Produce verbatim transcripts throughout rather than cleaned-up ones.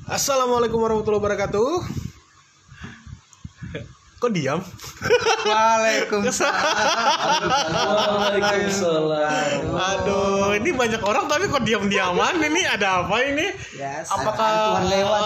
Assalamualaikum warahmatullahi wabarakatuh. Kok diam? Waalaikumsalam. Waalaikumsalam. Aduh, ini banyak orang tapi kok diam-diaman ini, ada apa ini? Ya, Apakah Tuhan lewat?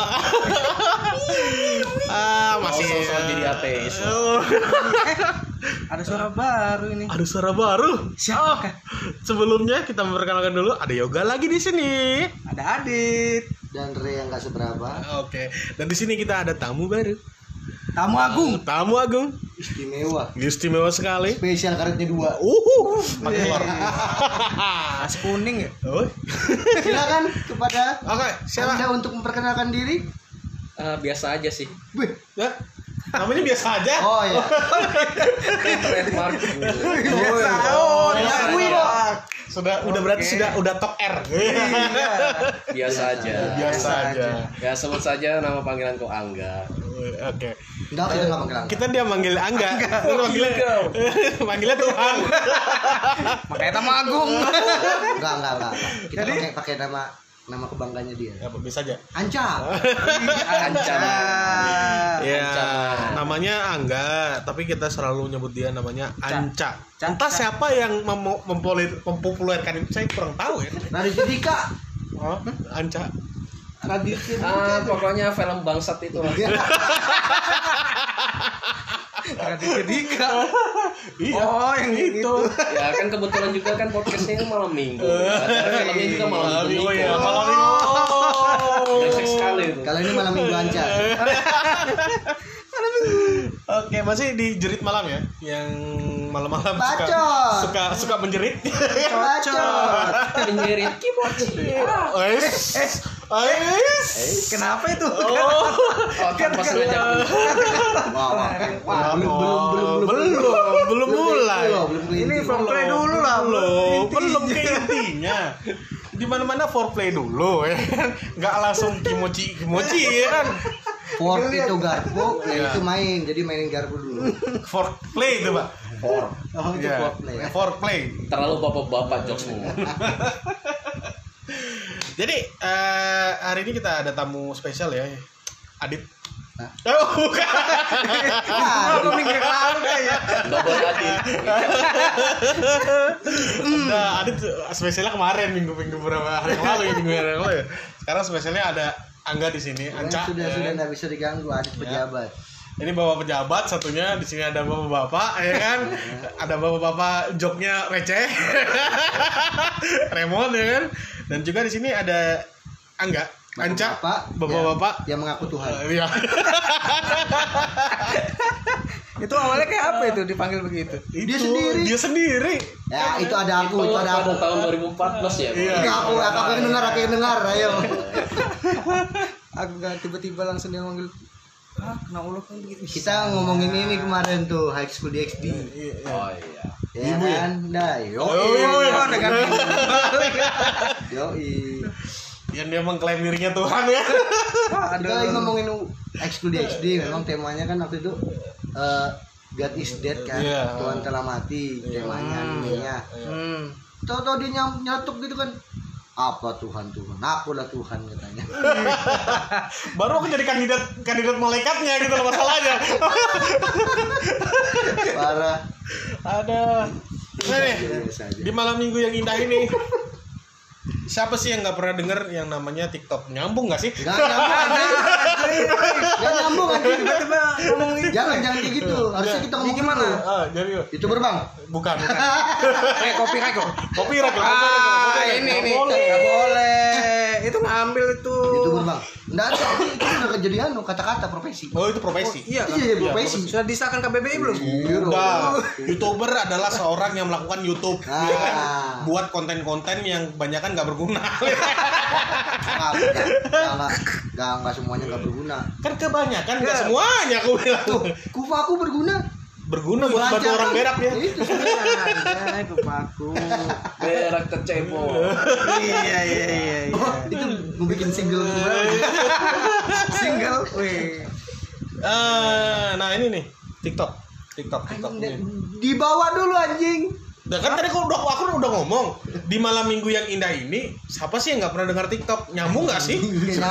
ah, masih Sosok jadi ateis. Oh. Ada suara baru ini. Ada suara baru. Siapa? Oh, sebelumnya kita memperkenalkan dulu, ada Yoga lagi di sini. Ada Adit. Dan Re yang gak seberapa. Oke, dan di sini kita ada tamu baru. Tamu Agung. Tamu agung, Istimewa. istimewa sekali. Spesial karetnya dua. Uh, pakai telur. Nasi kuning ya. Oh. Silakan kepada Oke, siapa? Anda untuk memperkenalkan diri. Ah, biasa aja sih. Wih. Ya, namanya biasa aja. Oh ya. Trademark. Biasa. Oh, diakui kok. Sudah, udah berarti Oke. sudah udah top R. Biasa aja. Biasa aja. Ya sebut saja nama panggilanku Angga. Oke. Enggak, kita enggak panggil Angga. Kita dia manggil Angga. Lu manggilnya manggilnya Tuhan. Makanya Tamu Agung. Enggak, enggak, enggak. enggak. Kita Jadi? pakai pakai nama nama kebanggaannya dia. Ya, bisa aja. Anca. Ancaman. Ya, Ancaman. namanya Angga, tapi kita selalu nyebut dia namanya Anca. Ca. Entah siapa yang mem- mempolir- mempopulerkan itu, saya kurang tahu ya. Raditya Dika. Oh, Anca. Raditya Dika. Ah, pokoknya film bangsat itu lah. Raditya Dika. Iya. Oh, yang itu. Ya kan kebetulan juga kan podcastnya malam minggu. Ada filmnya juga malam minggu. Oh, iya, malam minggu. Brengsek sekali itu. Kalau ini malam minggu Anca. Oke, masih di jerit malam ya, yang malam-malam suka Bacot. suka suka menjerit. Bacot. Penyirit kimochi. Ais, ais. Kenapa itu? Oh, Oh, tanpa sengaja. Wah, wah. Wah, belum belum belum belum, belum mulai. Belum, belum ke Ini inti. foreplay dulu lah. Belum, belum ke intinya. Di mana-mana foreplay dulu ya kan. Enggak langsung kimochi kimochi ya kan. Fort itu garpu, Iya. ya itu main. Jadi mainin garpu dulu. Foreplay itu, Pak. For. Oh, itu Iya, foreplay. ya. foreplay. Terlalu bapak-bapak jokesmu. Jadi eh, hari ini kita ada tamu spesial ya, Adit. Hah? Oh, bukan. Aku minggu lalu ya. Double Adit. Nah, Adit spesialnya kemarin minggu-minggu berapa hari yang lalu ya, minggu yang lalu ya. Sekarang spesialnya ada Angga di sini, Anca. Sudah ya. sudah nggak bisa diganggu, Adit pejabat. Ini bapak pejabat satunya, di sini ada bapak-bapak ya kan. Ada bapak-bapak joknya receh. Remon ya kan. Dan juga di sini ada Angga, Anca, Bapak-bapak bapak-bapak yang mengaku Tuhan. Iya. Itu awalnya kayak apa itu dipanggil begitu? Dia Itu, sendiri. Dia sendiri. Ya, itu ada aku, itu ada aku. pada tahun dua ribu empat belas ya. Iya. Itu aku, aku yang dengar, aku yang dengar, ayo. Aku gak tiba-tiba langsung dia manggil. Ah, kena ulo kan begitu. Kita ngomongin ini kemarin tuh, high school di X D. Oh iya. Ya Ibu ya? kan? Dah, yo. Oh, iya. Oh, dengan Yoi. Yang dia mengklaim dirinya Tuhan ya. Kita lagi ngomongin high school di X D, memang temanya kan waktu itu eh, God is dead kan, Iya. Tuhan telah mati, temanya animenya. Hmm. Tahu-tahu dia nyam- nyatuk gitu kan, apa Tuhan Tuhan, akulah Tuhan katanya. Baru aku jadi kandidat kandidat malaikatnya gitu loh masalahnya. Parah. Ada. Nah, nih, Biasa aja. di malam minggu yang indah ini, siapa sih yang nggak pernah denger yang namanya TikTok? Nyambung nggak sih? Gak nyambung anjing. Gak nyambung anjing. Tiba-tiba ngomongin Jangan jangan kayak gitu. Harusnya kita ngomong gimana? dulu. Ah, jadi Itu berbang. bukan, bukan. eh copyright kok. Copyright loh. Ah, copyright, ini nggak nih. boleh. Enggak boleh. Itu ngambil itu. Itu berbang. Enggak ada. Itu udah kejadian lo kata-kata profesi. Oh, itu profesi. Iya kan? Iya, profesi. Sudah disahkan K B B I belum? Udah. YouTuber adalah seorang yang melakukan YouTube Ah. ya kan? Buat konten-konten yang kebanyakan nggak berguna. Enggak, enggak, enggak, enggak semuanya enggak berguna. Kan kebanyakan nggak Ya. semuanya aku bilang. Tuh, kufa aku berguna. Berguna buat bantu Belajar orang kan? berak ya. Itu Ya, itu paku. Berak kecebol. Iya iya iya iya. Oh, itu mau bikin single gue. Single. Wih. Eh, nah ini nih TikTok, TikTok, TikTok nih. Dibawa dulu anjing. Nah, kan tadi aku udah aku udah ngomong di malam minggu yang indah ini siapa sih yang nggak pernah dengar TikTok? Nyambung nggak sih?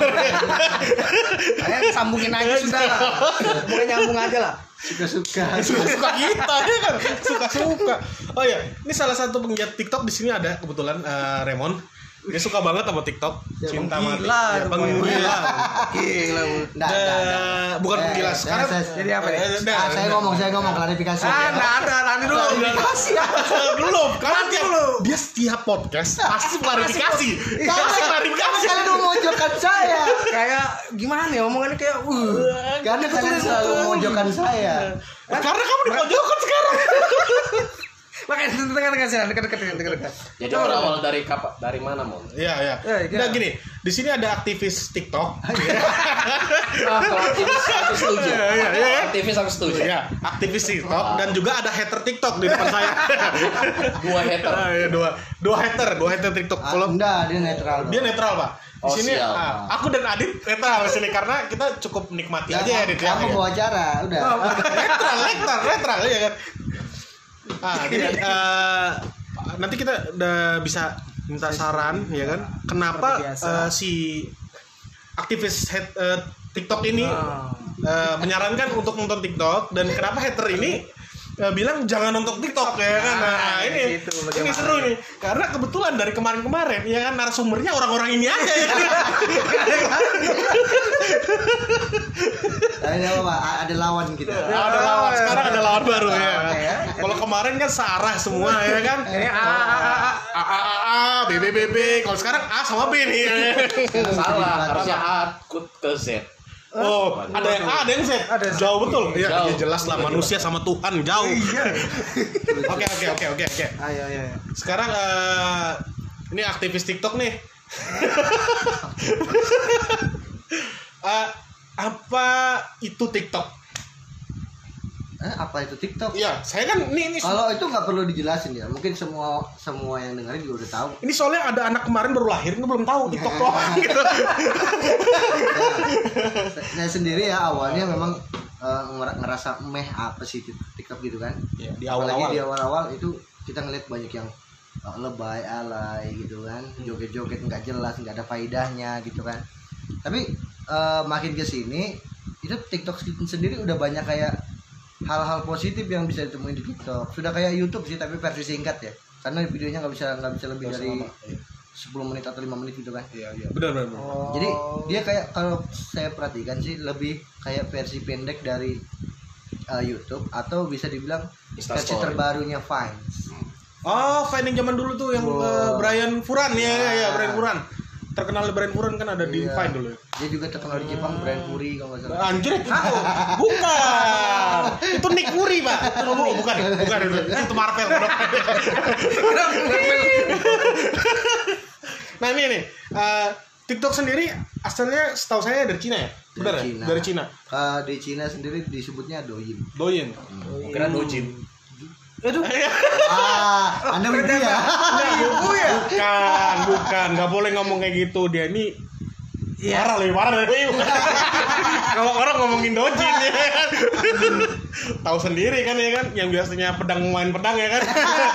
Kayak sambungin aja sudah. Boleh nyambung aja lah. Suka-suka. Suka-suka kita ya kan, suka-suka. Oh ya, ini salah satu penggiat TikTok di sini ada kebetulan uh, Raymond. Dia suka banget sama TikTok. Ya, Cinta mati. penggila, Ya, penggila. Gila. Nggak, nggak, nggak. Bukan Eh, penggila eh, sekarang. saya- saya- Jadi apa nih? Eh, nah, Ah, saya ngomong, saya ngomong klarifikasi. Ah, enggak ada, nanti dulu. klarifikasi belum karena dia, dia setiap podcast pasti klarifikasi pasti klarifikasi Kalian udah memojokkan saya. Kayak gimana ya omongannya kayak uh. Karena kalian selalu memojokkan saya. karena kamu dipojokkan sekarang. Makanya tengah-tengah sih, dekat-dekat dekat-dekat. Jadi berawal dari kapan? Dari mana, Mon? Iya iya. Eh, Nah iya. gini, di sini ada aktivis TikTok. Ah, kalau aktivis aku setuju. Iya, iya, iya, kan? Aktivis aku setuju. Ya, aktivis TikTok dan juga ada hater TikTok di depan saya. Dua hater. Ah, iya, dua dua hater, dua hater TikTok. Ah, Kalau enggak, dia netral. dia netral, Pak. Di Oh, sini siap. ah, aku dan Adit netral di sini karena kita cukup nikmati aja ya, Adit ya. Kamu bawa acara, udah. netral, netral, netral ya kan. Ah, jadi eh, nanti kita udah bisa minta saran ya kan. Kenapa Seperti biasa. eh, si aktivis head, eh, TikTok ini Ah. eh, menyarankan untuk nonton TikTok dan kenapa hater ini eh, bilang jangan nonton TikTok ya kan. Nah, Nah, ini gitu, ini bagaimana? seru nih. Karena kebetulan dari kemarin-kemarin ya kan narasumbernya orang-orang ini aja ya. Tapi enggak apa-apa, ada lawan kita. Nah, ada lawan, sekarang ada lawan baru ya. Oke, ya. Kalau kemarin kan Sarah semua ya kan. Ini A A A A. A A A A, B B B B. Kalau sekarang A sama B nih. Salah, harusnya A kut ke Z. Oh, ada yang A, ada yang Z. Ada Z. Jauh betul. Iya, Jauh. ya jelas lah manusia sama Tuhan jauh. Oke, oke, oke, oke, oke. Ayo ayo. ayo. Sekarang eh, ini aktivis TikTok nih. Eh, apa itu TikTok? Eh, apa itu TikTok? Iya, saya kan ini ini Kalau itu nggak perlu dijelasin ya. Mungkin semua semua yang dengerin juga udah tahu. ini soalnya ada anak kemarin baru lahir ini belum tahu TikTok doang gitu. Saya sendiri ya awalnya memang eh, nger- ngerasa meh apa sih TikTok gitu kan. Ya, di Apalagi awal-awal. di awal-awal itu kita ngeliat banyak yang eh, lebay alay gitu kan, joget-joget nggak jelas, nggak ada faedahnya gitu kan. Tapi eh, makin ke sini itu TikTok sendiri udah banyak kayak hal-hal positif yang bisa ditemuin di TikTok. Sudah kayak YouTube sih tapi versi singkat ya. Karena videonya nggak bisa nggak bisa lebih dari sepuluh menit atau lima menit gitu kan. Iya, iya. Benar, benar. benar. Oh. Jadi dia kayak kalau saya perhatikan sih lebih kayak versi pendek dari uh, YouTube atau bisa dibilang Insta versi Story. terbarunya Vine. Oh, Vine yang zaman dulu tuh yang Wow. eh, Brian Furan ya, ya, ya, Nah. Brian Furan. Terkenal Brian Furan kan ada di Iya. Vine dulu. Ya. Dia juga terkenal di Jepang, Brian Puri kalau nggak salah. Anjir itu bukan. Itu Nick Fury, Pak. Itu bu- bukan, bukan itu. Itu Marvel. Dok. Nah, ini nih. eh, TikTok sendiri asalnya setahu saya dari Cina ya? Benar ya? Cina. Dari Cina. Uh, di Cina sendiri disebutnya Douyin. Douyin. Kira dojin. Aduh. Ah, Anda wibu ya? Ibu ya. Bukan, bukan. Nggak boleh ngomong kayak gitu. Dia ini Iya. parah lebih parah dari Wiu. Kalau orang ngomongin dojin ya kan. Tahu sendiri kan ya kan, yang biasanya pedang main pedang ya kan.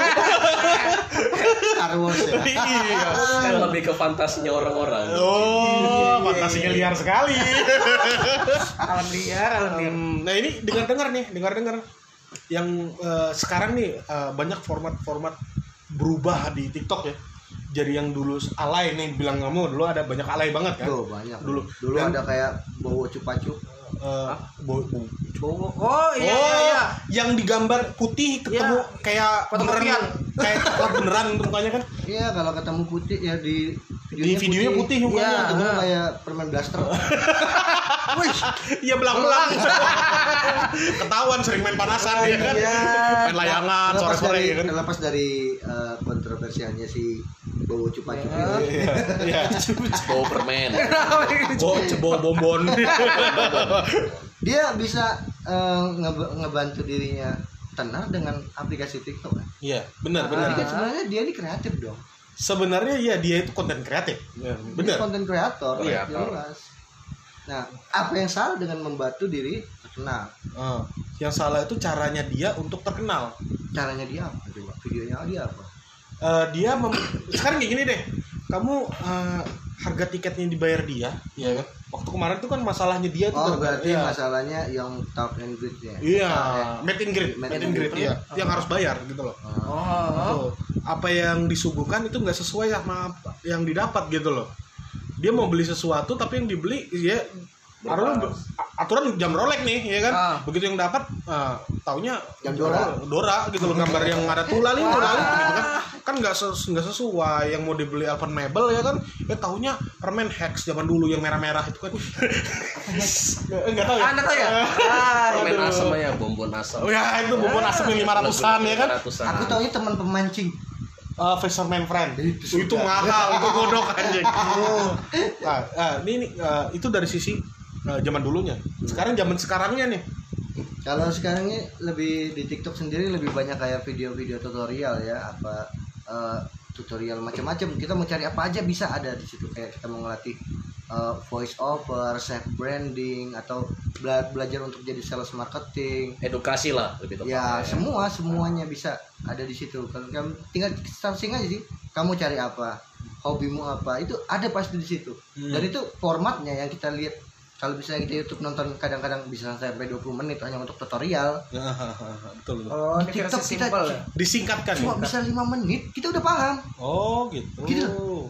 Star Wars ya. Iya. Kan lebih ke fantasinya orang-orang. Oh, fantasinya liar sekali. Alam liar, alam liar. Hmm, nah ini dengar-dengar nih, dengar-dengar yang eh, sekarang nih eh, banyak format-format berubah di TikTok ya. Jadi yang dulu alay nih bilang kamu dulu ada banyak alay banget kan. Tuh banyak. Dulu. Dulu Dan- ada kayak bawa cupacup. Eh, bo- bo- Cowok. Oh iya oh, iya iya. yang digambar putih ketemu Iya. kayak Fotokopian. beneran, kayak coklat beneran untuk mukanya kan? Iya, kalau ketemu putih ya di Di videonya putih mukanya. Iya. Ketemu kayak permen blaster. Wih, iya belang-belang. Ketahuan sering main panasan ya kan? Iya. Main layangan Terlepas sore-sore dari, ya kan? terlepas dari uh, kontroversialnya si bawa cupacup Iya. ini. Iya, iya. Bawa permen. Bo, cebo bombon. Dia bisa uh, ngebe- ngebantu dirinya tenar dengan aplikasi TikTok kan. Iya, benar, Jadi benar. kan sebenarnya dia ini kreatif dong. Sebenarnya ya dia itu konten kreatif. Dia Benar. konten kreator, Kreator. jelas. Nah, apa yang salah dengan membantu diri terkenal. Uh, yang salah itu caranya dia untuk terkenal. Caranya dia apa coba? Videonya dia apa? Uh, dia mem- sekarang kayak gini deh. Kamu uh, harga tiketnya dibayar dia, ya kan? Waktu kemarin tuh kan masalahnya dia tuh. Oh, berarti ya. masalahnya yang top and grade ya. Iya, Eh, meet and greet, meet meet and and greet greet. ya. Yang harus bayar gitu loh. Oh. Tuh, apa yang disuguhkan itu nggak sesuai sama apa yang didapat gitu loh. Dia mau beli sesuatu tapi yang dibeli ya aturan aturan jam Rolex nih ya kan. Ah. Begitu yang dapat uh, taunya Jam Dora. Dora gitu loh, gambar yang ada tulalin tulalin gitu kan. Kan nggak ses- nggak sesuai yang mau dibeli Alpen Mebel ya kan. Ya taunya permen Hex zaman dulu yang merah-merah itu kan. Enggak tahu ya. Anda tahu ya? Ah, Permen Aduh. asam ya, bonbon asam. Oh ya itu bonbon asam yang lima ratusan ya kan. lima ratusan. Aku taunya teman pemancing. Uh, Fisherman Friend Itu itu, itu mahal, itu godok anjing. Nah, nah, ini, ini uh, itu dari sisi uh, zaman dulunya. Sekarang zaman sekarangnya nih. Kalau sekarang ini lebih di TikTok sendiri lebih banyak kayak video-video tutorial ya, apa eh, tutorial macam-macam. Kita mau cari apa aja bisa ada di situ. Kayak kita mau ngelatih eh, voice over, self branding atau bela- belajar untuk jadi sales marketing. Edukasi lah lebih Ya, tepatnya. semua semuanya bisa ada di situ. Kalau kamu tinggal searching aja sih, kamu cari apa, hobimu apa, itu ada pasti di situ. Hmm. Dan itu formatnya yang kita lihat. Kalau misalnya kita YouTube nonton kadang-kadang bisa sampai dua puluh menit hanya untuk tutorial. Betul. Oh, ini TikTok versi kita simpel ya. Disingkatkan Cuma ya. bisa lima menit, kita udah paham. Oh gitu. Gitu.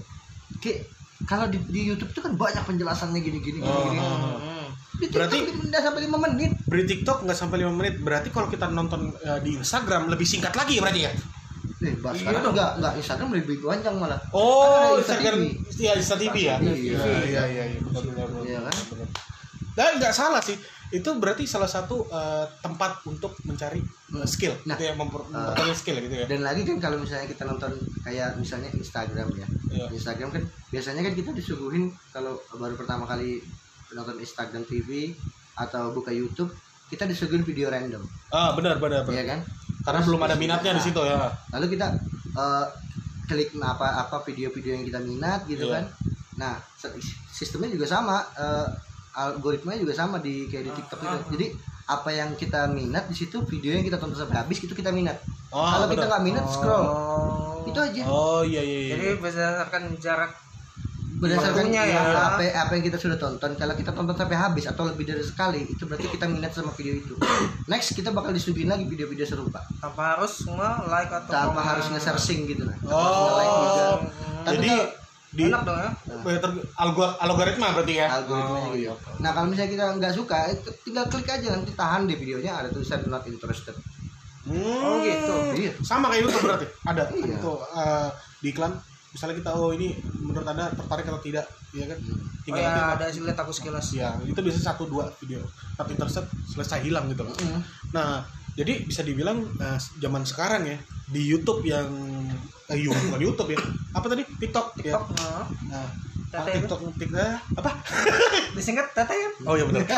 Kayak kalau di, di YouTube itu kan banyak penjelasannya gini-gini Oh, gini-gini. Hmm. Di TikTok Berarti- udah sampai lima menit. Beri TikTok nggak sampai lima menit. Berarti kalau kita nonton uh, di Instagram lebih singkat lagi berarti ya. Eh, bahas Iya sekarang dong. enggak enggak Instagram lebih panjang malah. Oh, Ada Insta Instagram, T V. iya Insta T V ya. Iya. iya iya iya. Betul, betul, betul. Iya kan? Betul. Dan nggak salah sih. Itu berarti salah satu uh, tempat untuk mencari uh, skill, Nah, gitu ya, memper- memperoleh skill gitu ya. Dan lagi kan kalau misalnya kita nonton kayak misalnya Instagram ya. Iya. Instagram kan biasanya kan kita disuguhin kalau baru pertama kali nonton Instagram T V atau buka YouTube, kita disuguhin video random, Ah benar benar. benar. iya kan? Karena belum ada minatnya di situ ya. Lalu kita eh, klik apa apa video-video yang kita minat gitu Iya. kan. Nah, se- sistemnya juga sama, eh, algoritmanya juga sama di kayak di TikTok itu. Jadi apa yang kita minat di situ, video yang kita tonton sampai habis itu kita minat. Oh, Kalau kita benar. nggak minat scroll. Oh. Itu aja. Oh iya iya. iya. Jadi berdasarkan jarak Berdasarkan waktunya ya, ya. apa apa yang kita sudah tonton, kalau kita tonton sampai habis atau lebih dari sekali, itu berarti kita minat sama video itu. Next kita bakal disuguhin lagi video-video serupa. tanpa harus nge-like atau Tanpa komen. harus nge-searching gitu nah. Tanpa Oh. harus nge-like juga. Hmm. Tapi Jadi kalau di enak dong ya. ter- algor- algoritma berarti ya. algoritmanya Oh, gitu. iya. Nah kalau misalnya kita nggak suka, tinggal klik aja, nanti tahan di videonya ada tulisan not interested. Hmm. Oh, gitu. Iya. Sama kayak YouTube berarti. Ada Iya. itu uh, di iklan. Misalnya kita oh ini menurut Anda tertarik atau tidak, ya kan? Oh Tinggal ya, nanti- ada sih lihat aku sekilas. Ya, itu biasanya satu dua video. Tapi interset selesai hilang gitu loh. Mm. Nah, jadi bisa dibilang uh, zaman sekarang ya di YouTube yang eh, you- bukan YouTube ya. Apa tadi? TikTok, ya. TikTok, nah. Nah, Tete itu? TikTok TikTok eh, apa? Disingkat Tete kan? Oh iya benar.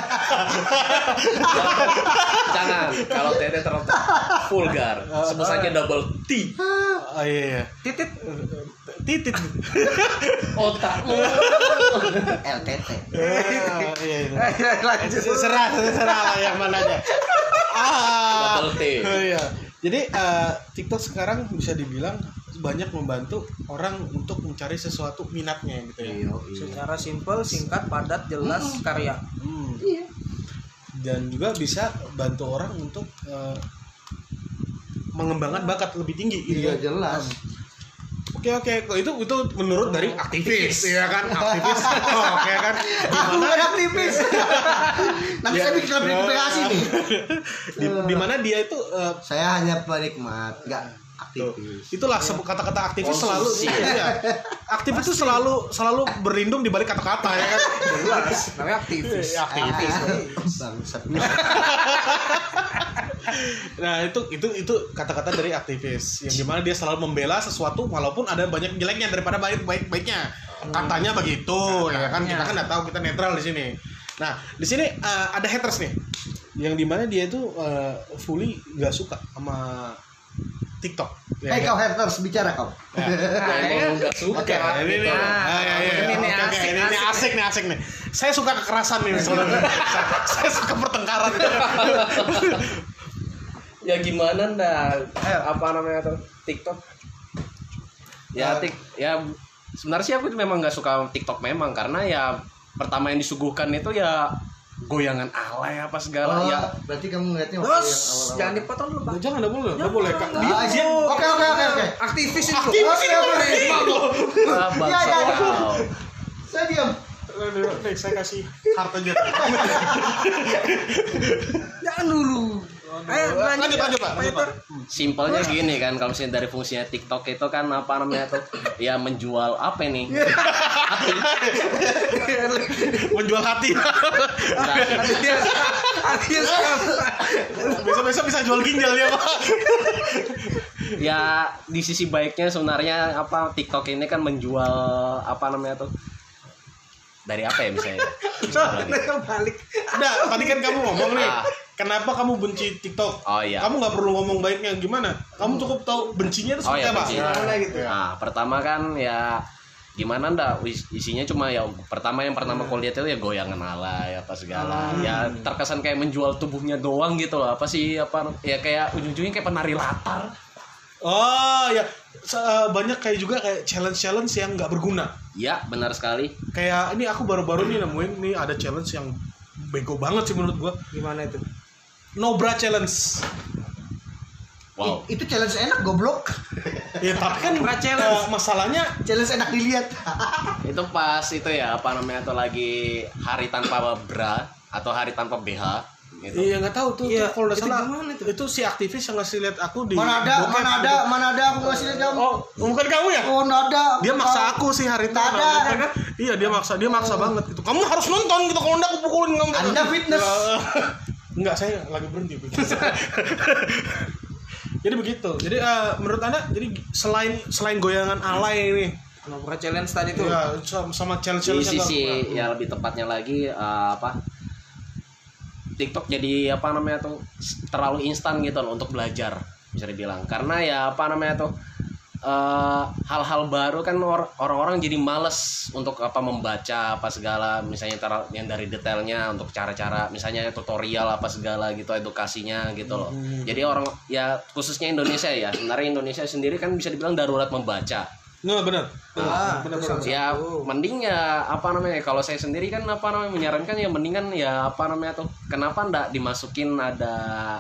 Jangan, kalau Tete terlalu vulgar. Sebut saja double T. Oh iya iya. Titit. Titit. Otakmu. L T T. Eh, iya iya. Ayo lanjut. Serah serah lah yang mananya. Ah. Double T. Oh, iya. Jadi eh, TikTok sekarang bisa dibilang banyak membantu orang untuk mencari sesuatu minatnya gitu ya. Iya, iya. Secara simpel, singkat, padat, jelas, karya. Hmm. Iya. Dan juga bisa bantu orang untuk eh, mengembangkan bakat lebih tinggi gitu Iya ya. jelas. Oke oke itu itu menurut dari aktivis ya kan aktivis. Oh, oke kan. Aku bukan aktivis. Nanti saya bikin aplikasi nih. Di, di mana dia itu eh, Saya hanya penikmat, nggak tuh, aktivis. itulah sebu- kata-kata aktivis Konsumsi. selalu iya. Aktivis itu selalu selalu berlindung di balik kata-kata ya kan. Jelas. Namanya aktivis. Ya, aktivis. Bangsat. Nah itu itu itu kata-kata dari aktivis yang dimana dia selalu membela sesuatu walaupun ada banyak jeleknya daripada baik baik baiknya katanya begitu ya kan kita kan nggak tahu kita netral di sini. Nah di sini uh, ada haters nih yang dimana dia itu uh, fully nggak suka sama TikTok. Ya, Hei kan? kau haters bicara kau. Ya. Yang mau nggak suka. Oke, ini nih. Nah, Ah, ya, ya, ini nih, oke, oke, asik, ini nih asik. asik nih, asik nih. Saya suka kekerasan nih sebenarnya. saya, saya suka pertengkaran. Ya gimana ndak? Apa namanya tuh? TikTok. Ya tik ya sebenarnya sih aku memang nggak suka TikTok memang karena ya pertama yang disuguhkan itu ya goyangan alay apa segala Oh, ya. berarti kamu ngeliatnya waktu Bos, yang awal-awal. jangan dipotong dulu, Pak. Jangan, enggak boleh, enggak boleh. Kak. Ah, izin. Oke oke oke oke. Aktivis itu. Aktivis Oke, itu. oke. Ah, Iya, bangsa iya, iya. kau. Saya diam. Nih, saya kasih harta aja. Jangan dulu. Ayo Lanjut, lanjut, Pak. Lanjut, Pak. Simpelnya gini kan kalau misalnya dari fungsinya TikTok itu kan apa namanya tuh ya menjual apa nih? Hati. Menjual hati. Nah, Artinya artinya Besok-besok bisa jual ginjal dia, Pak. ya di sisi baiknya sebenarnya apa TikTok ini kan menjual apa namanya tuh dari apa ya misalnya? Misalnya. balik. Udah, tadi kan kamu ngomong nih. Ah. Kenapa kamu benci TikTok? Oh iya. Kamu nggak perlu ngomong baiknya gimana? Kamu cukup tahu bencinya itu Oh seperti iya, apa? benci. Nah, gitu. Nah, pertama kan ya gimana ndak is- isinya cuma ya pertama yang pertama aku lihat itu ya goyangan alay apa segala. Ya terkesan kayak menjual tubuhnya doang gitu loh. Apa sih apa ya kayak ujung-ujungnya kayak penari latar. Oh ya, Se- eh, banyak kayak juga kayak challenge-challenge yang nggak berguna. Ya, benar sekali. Kayak ini aku baru-baru nih nemuin nih ada challenge yang bego banget sih menurut gua. Gimana itu? No bra challenge. Wow. I- Itu challenge enak goblok. Ya tapi kan Bra challenge. eh, masalahnya Challenge enak dilihat. Itu pas itu ya apa namanya tuh lagi hari tanpa bra atau hari tanpa B H gitu. iya nggak tahu tuh, Iya, tuh kalau udah itu salah gimana itu? itu? si aktivis yang ngasih lihat aku di Mana ada, bokep mana ada, gitu. mana ada aku ngasih lihat kamu. Oh bukan kamu ya? Oh, nggak ada. Dia maksa aku sih hari itu. Nggak ada. kan? Iya dia maksa, dia maksa banget gitu. Kamu harus nonton gitu, kalau enggak aku pukulin kamu. Anda fitness. Ya, enggak, saya lagi berhenti. Jadi begitu. Jadi eh, menurut Anda, jadi selain selain goyangan alay ini, Nomor challenge tadi tuh. ya sama, sama challenge Di challenge sisi ya lebih tepatnya lagi eh, apa TikTok jadi apa namanya tuh terlalu instan gitu loh untuk belajar bisa dibilang karena ya apa namanya tuh eh, hal-hal baru kan or- orang-orang jadi males untuk apa membaca apa segala misalnya tar- yang dari detailnya untuk cara-cara misalnya tutorial apa segala gitu edukasinya gitu loh jadi orang ya khususnya Indonesia ya sebenarnya Indonesia sendiri kan bisa dibilang darurat membaca. Nah, benar. Ah, benar, itu benar. salah Ya satu. mending ya apa namanya kalau saya sendiri kan apa namanya menyarankan ya mendingan ya apa namanya tuh kenapa ndak dimasukin ada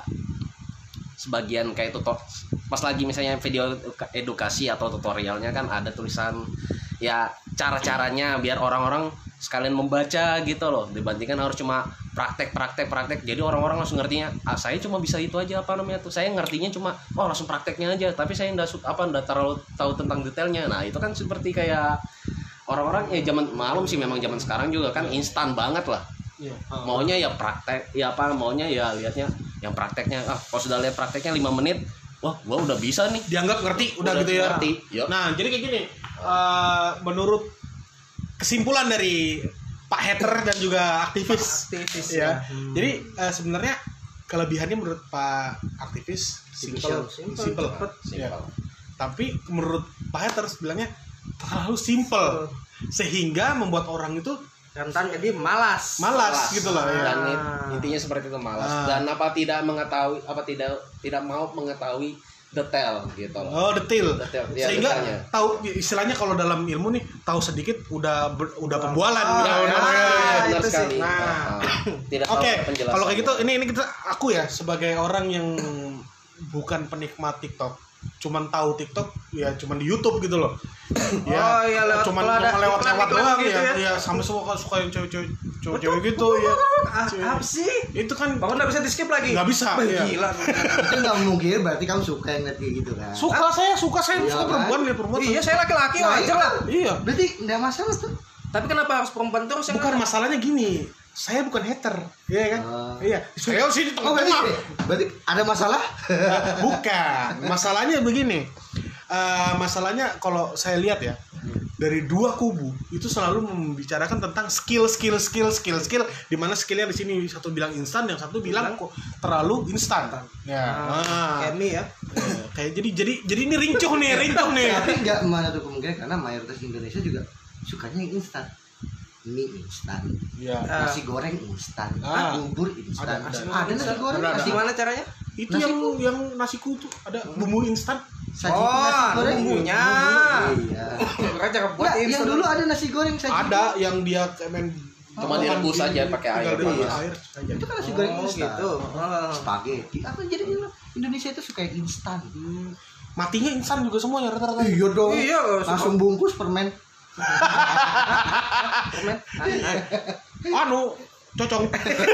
sebagian kayak tutor pas lagi misalnya video edukasi atau tutorialnya kan ada tulisan ya cara-caranya biar orang-orang sekalian membaca gitu loh dibandingkan harus cuma praktek praktek praktek jadi orang-orang langsung ngertinya ah saya cuma bisa itu aja apa namanya tuh saya ngertinya cuma oh langsung prakteknya aja tapi saya ndak su- apa ndak terlalu tahu tentang detailnya nah itu kan seperti kayak orang-orang ya zaman malum sih memang zaman sekarang juga kan instan banget lah Iya. maunya ya praktek ya apa maunya ya lihatnya yang prakteknya ah kalau sudah lihat prakteknya lima menit wah gua udah bisa nih Dianggap ngerti, udah, Udah gitu ya. ngerti, yuk. Nah, jadi kayak gini. eh, menurut kesimpulan dari Pak Hater dan juga aktivis, Aktivis ya. ya. Hmm. Jadi eh, sebenarnya kelebihannya menurut Pak aktivis simple, Simple, simple, cepet, Ya. simple. Tapi menurut Pak Hater bilangnya terlalu simple sehingga membuat orang itu Rentan jadi malas. malas gitu loh ya. dan it- intinya seperti itu malas Ah. dan apa tidak mengetahui apa tidak tidak mau mengetahui detail gitu loh. Oh, detail. Detail, ya, Sehingga detailnya. tahu istilahnya kalau dalam ilmu nih tahu sedikit udah ber- udah pembualan. Ah, gitu. Ya, Ah, ya, itu benar sih. sekali. Nah. Ah, tidak Oke, tahu penjelasannya. kalau kayak gitu ini ini kita aku ya sebagai orang yang bukan penikmat TikTok, cuman tahu TikTok ya cuman di YouTube gitu loh. Oh, iya, lewat- cuman kalau ada cuma lewat-lewat iklan-iklan doang gitu ya. ya. Iya, sama suka suka yang cewek-cewek cewek-cewek gitu ya. Ah, apa sih? Itu kan Bangun nggak bisa di skip lagi. nggak bisa. Wah, Iya. Gila. Itu nggak mungkin berarti kamu suka yang lihat kayak gitu kan. Suka saya, suka saya Iya, suka kan? perempuan ya perempuan. Iya, saya laki-laki Nah, wajar lah. Iya. Berarti nggak masalah tuh. Tapi kenapa harus perempuan terus yang Bukan masalahnya gini. Saya bukan hater, iya kan? Ah. Iya. Saya sih di Oh, berarti, tengah-tengah. berarti ada masalah? Bukan. Masalahnya begini. Eh, masalahnya kalau saya lihat ya, dari dua kubu itu selalu membicarakan tentang skill skill skill skill skill di mana skillnya di sini satu bilang instan, yang satu bilang kok terlalu instan. Ya. Nah. Kemi ya. Eh, kayak jadi jadi jadi ini rincuh nih, rincuh nih. Tapi nggak mana tuh kemungkinan karena mayoritas Indonesia juga sukanya yang instan. mie instan, Iya. Ah. nasi goreng instan, Ah. bubur instan. Ada, Ada, ada. nasi goreng, Ada, ada. nasi Gimana caranya? Itu Nasi yang ku- yang nasi kutu ada bumbu instan. saji Oh, nasi goreng. bumbunya. Iya. Kan cara buat Nggak, yang instan. dulu ada nasi goreng saji. Ada yang dia kayak main Cuma direbus aja pakai air. Tinggal direbus Iya. air aja. Itu kan nasi goreng Oh, instan. gitu. Ah. Spaghetti. Apa jadi Indonesia itu suka yang instan? Hmm. Matinya instan juga semuanya rata-rata. Iya dong. Iya, Langsung bungkus permen. permen. Anu cocong.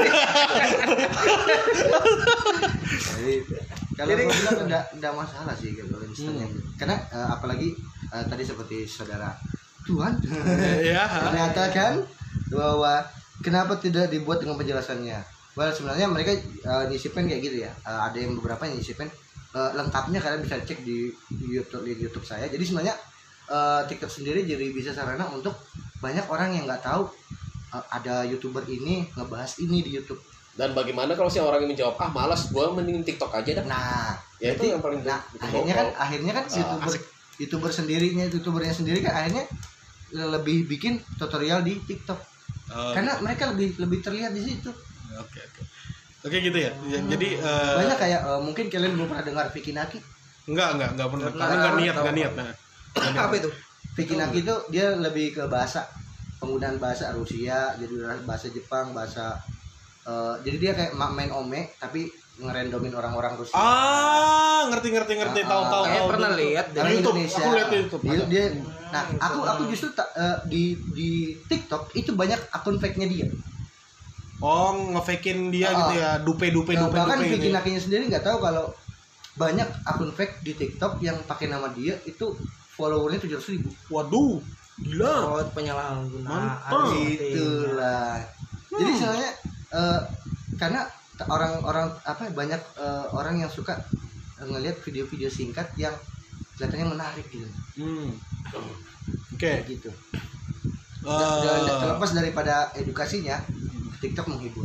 Jadi kalau Jadi- gue bilang enggak enggak masalah sih kalau instannya. Karena eh, apalagi eh, tadi seperti saudara Tuhan Iya. menyatakan bahwa kenapa tidak dibuat dengan penjelasannya. Well sebenarnya mereka uh, nyisipin kayak gitu ya. Uh, ada yang beberapa yang nyisipin uh, lengkapnya kalian bisa cek di YouTube di YouTube saya. Jadi sebenarnya uh, TikTok sendiri jadi bisa sarana untuk banyak orang yang nggak tahu uh, ada YouTuber ini ngebahas ini di YouTube. Dan bagaimana kalau si orang yang menjawab, ah malas, gue mending TikTok aja dah. Nah, Ya, itu berarti- yang paling nah, bikin akhirnya kan bokol. akhirnya kan Ah, YouTuber asik. YouTuber sendirinya YouTubernya sendiri kan akhirnya lebih bikin tutorial di TikTok. Oh, Karena mereka lebih lebih terlihat di situ. Oke oke. Oke gitu ya. Ya, Jadi eh, Banyak kayak eh, mungkin kalian belum pernah dengar Vicky Naki. enggak enggak enggak pernah. Nggak, Karena enggak nggak niat, tahu. enggak niat. Nah. Nggak niat. Apa itu? Vicky Naki itu dia lebih ke bahasa, penggunaan bahasa Rusia, jadi bahasa Jepang, bahasa eh, jadi dia kayak ma- main ome tapi ngerandomin orang-orang Rusia. Ah, ngerti ngerti ngerti Ah, tahu tahu kayak tahu. pernah Tahu. lihat Di Orang YouTube. Indonesia. Aku lihat di YouTube. Dia, ada. dia- nah, aku aku justru ta- eh, di di TikTok itu banyak akun fake-nya dia. Oh, ngefakein dia Ah, gitu ya. Dupe dupe Nah, dupe bahkan dupe. Vicky gitu. Nakinya sendiri nggak tahu kalau banyak akun fake di TikTok yang pakai nama dia itu followernya tujuh ratus ribu. Waduh, gila. Oh, penyalahgunaan. Mantap. Itulah. Jadi Hmm. sebenarnya eh, karena t- orang-orang apa banyak eh, orang yang suka ngelihat video-video singkat yang kelihatannya menarik gitu. Hmm. Oke. Kayak gitu. Dan, Eh, dan terlepas daripada edukasinya, TikTok menghibur.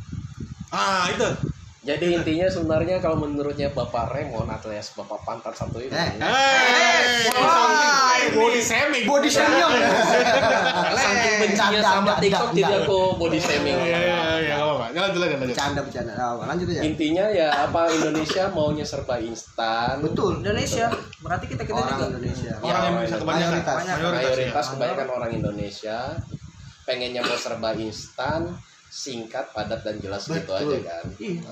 ah, itu. Jadi intinya sebenarnya kalau menurutnya Bapak Remon atau ya Bapak Pantat satu ini, Eh, Eh, Wah, body shaming. body shaming. saking bencinya Canda, sama canda, TikTok canda. jadi aku body shaming. Iya, iya, iya, enggak apa-apa. Lanjut lanjut lanjut. Bercanda bercanda. Oh, lanjut aja. Intinya ya apa Indonesia maunya serba instan. Betul. Indonesia. Berarti kita kita Orang juga. Indonesia. Orang Ya, Indonesia kebanyakan. mayoritas. Mayoritas ya. kebanyakan orang Indonesia pengennya mau serba instan, singkat, padat dan jelas gitu Betul. aja kan. Iya.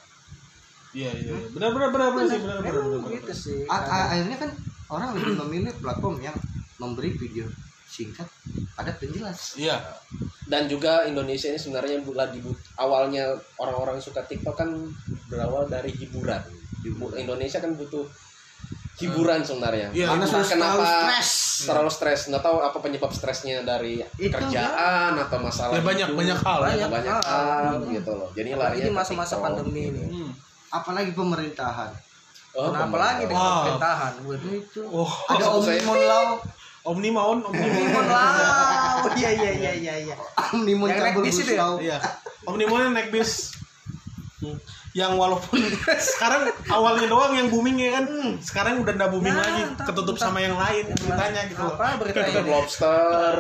Iya, iya. iya. Benar benar benar benar sih, benar benar. Emang benar, gitu benar. sih. A- a- akhirnya kan orang lebih memilih platform yang memberi video singkat, padat dan jelas. Iya. Dan juga Indonesia ini sebenarnya bukan dibut awalnya orang-orang suka TikTok kan berawal dari hiburan. Hibu- Indonesia kan butuh hiburan sebenarnya. Iya, Karena Nah, sudah kenapa terlalu stres. terlalu stres? Nggak tahu apa penyebab stresnya dari Itu kerjaan atau masalah Ya, banyak- hidup. banyak hal. banyak, Banyak banyak hal. hal gitu loh. Jadi Apalagi larinya di ke masa-masa TikTok. pandemi ini. Hmm. Apalagi pemerintahan. Oh, Nah, apalagi dengan Wah. pemerintahan. Waduh. Itu Oh, ada maksud saya- Omnimun Law, Omnimaun, Omnimaun. Omnimun lah. Oh, iya iya iya iya iya. Omnimun Yang naik cabul bis itu ya? Law. Iya. Omnimaun yang naik bis. Hmm. Yang walaupun sekarang awalnya doang yang booming ya kan, sekarang udah nggak booming Nah, lagi, entah- ketutup entah. sama yang lain beritanya gitu loh. Apa beritanya? Red Lobster.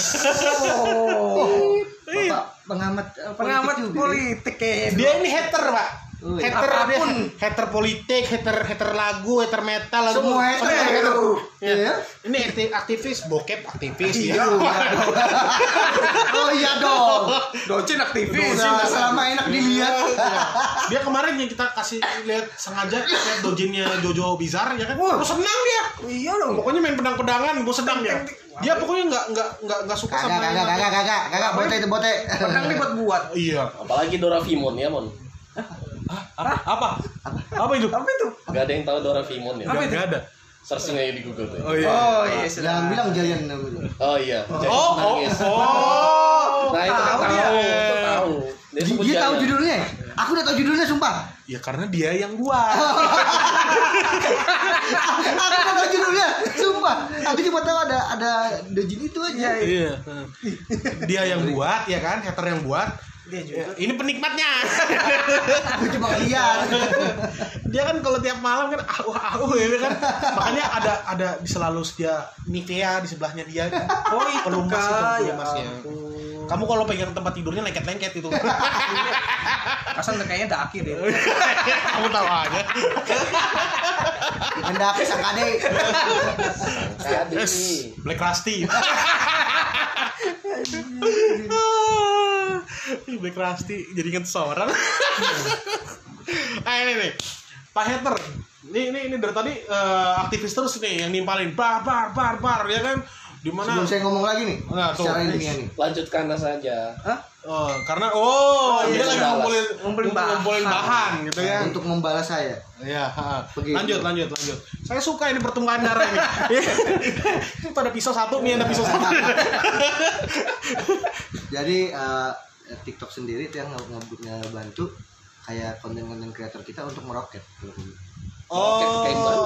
Oh, Bapak pengamat eh, Pengamat politik juga. politik kayaknya. Dia ini hater, Pak. Oh, iya. Hater dia, Apapun. hater politik, hater hater lagu, hater metal, lagu. Semua hater, Semua hater. Iya. Iya. Ini akti- aktivis, bokep aktivis Iya ya. dong. Oh iya dong. Docin aktivis. Nah, selama enak dilihat. Iya. Dia kemarin yang kita kasih lihat sengaja lihat dojinnya Jojo Bizarre ya kan. Oh, senang dia. Iya dong. Pokoknya main pedang-pedangan, gue sedang dia. Dia pokoknya nggak nggak nggak nggak suka Kagak sama kagak kagak kagak kagak bote itu bote. Pedang dibuat-buat. Iya. Apalagi Doraemon ya, Mon. Apa? Apa? Apa itu? Apa itu? Gak ada yang tahu Doraemon ya. Apa itu? Nggak ada. Searching aja di Google tuh. Oh iya. Oh iya Jangan sudah. bilang Giant namanya. Oh iya. Jadi Oh, oh, nangis. oh. Nah itu kan tahu tahu, dia. itu tahu. Dia, sebut Dia tahu Giant. judulnya. Aku udah tahu judulnya sumpah. Ya karena dia yang buat. Aku udah tahu judulnya, sumpah. Aku cuma tahu ada ada dojin itu aja. Iya. Dia yang buat ya kan, hater yang buat. Dia juga. Ini penikmatnya. Aku cuma lihat. Dia kan kalau tiap malam kan au au ya kan. Makanya ada ada selalu sedia Nivea di sebelahnya dia kan. Oh itu Pelumas itu, kah? Ya pelumasnya. ampun. Kamu kalau pegang tempat tidurnya lengket-lengket itu. Kasan kayaknya daki deh. Kamu tahu aja. Hendak sang ade. Yes, Black Rusty. Black Rusty jadi inget seorang. Ah ini nih, Pak Hater. Ini ini ini dari tadi uh, aktivis terus nih yang nimpalin bar bar bar bar ya kan. Di mana? Sebelum saya ngomong lagi nih, Nah, tuh. secara ilmiah nih. Lanjutkan saja. Hah? Oh, karena oh, Oh, dia iya, lagi balas. ngumpulin Ngumpulin bahan. ngumpulin bahan gitu ya. Untuk membalas saya. Iya, ha. Begitu. Lanjut, lanjut, lanjut. Saya suka ini pertumbuhan darah ini. Itu ada pisau satu, nih ada pisau satu. Jadi uh, TikTok sendiri itu yang nge- nge- ngebantu kayak konten-konten kreator kita untuk meroket. Roket kayak gimana?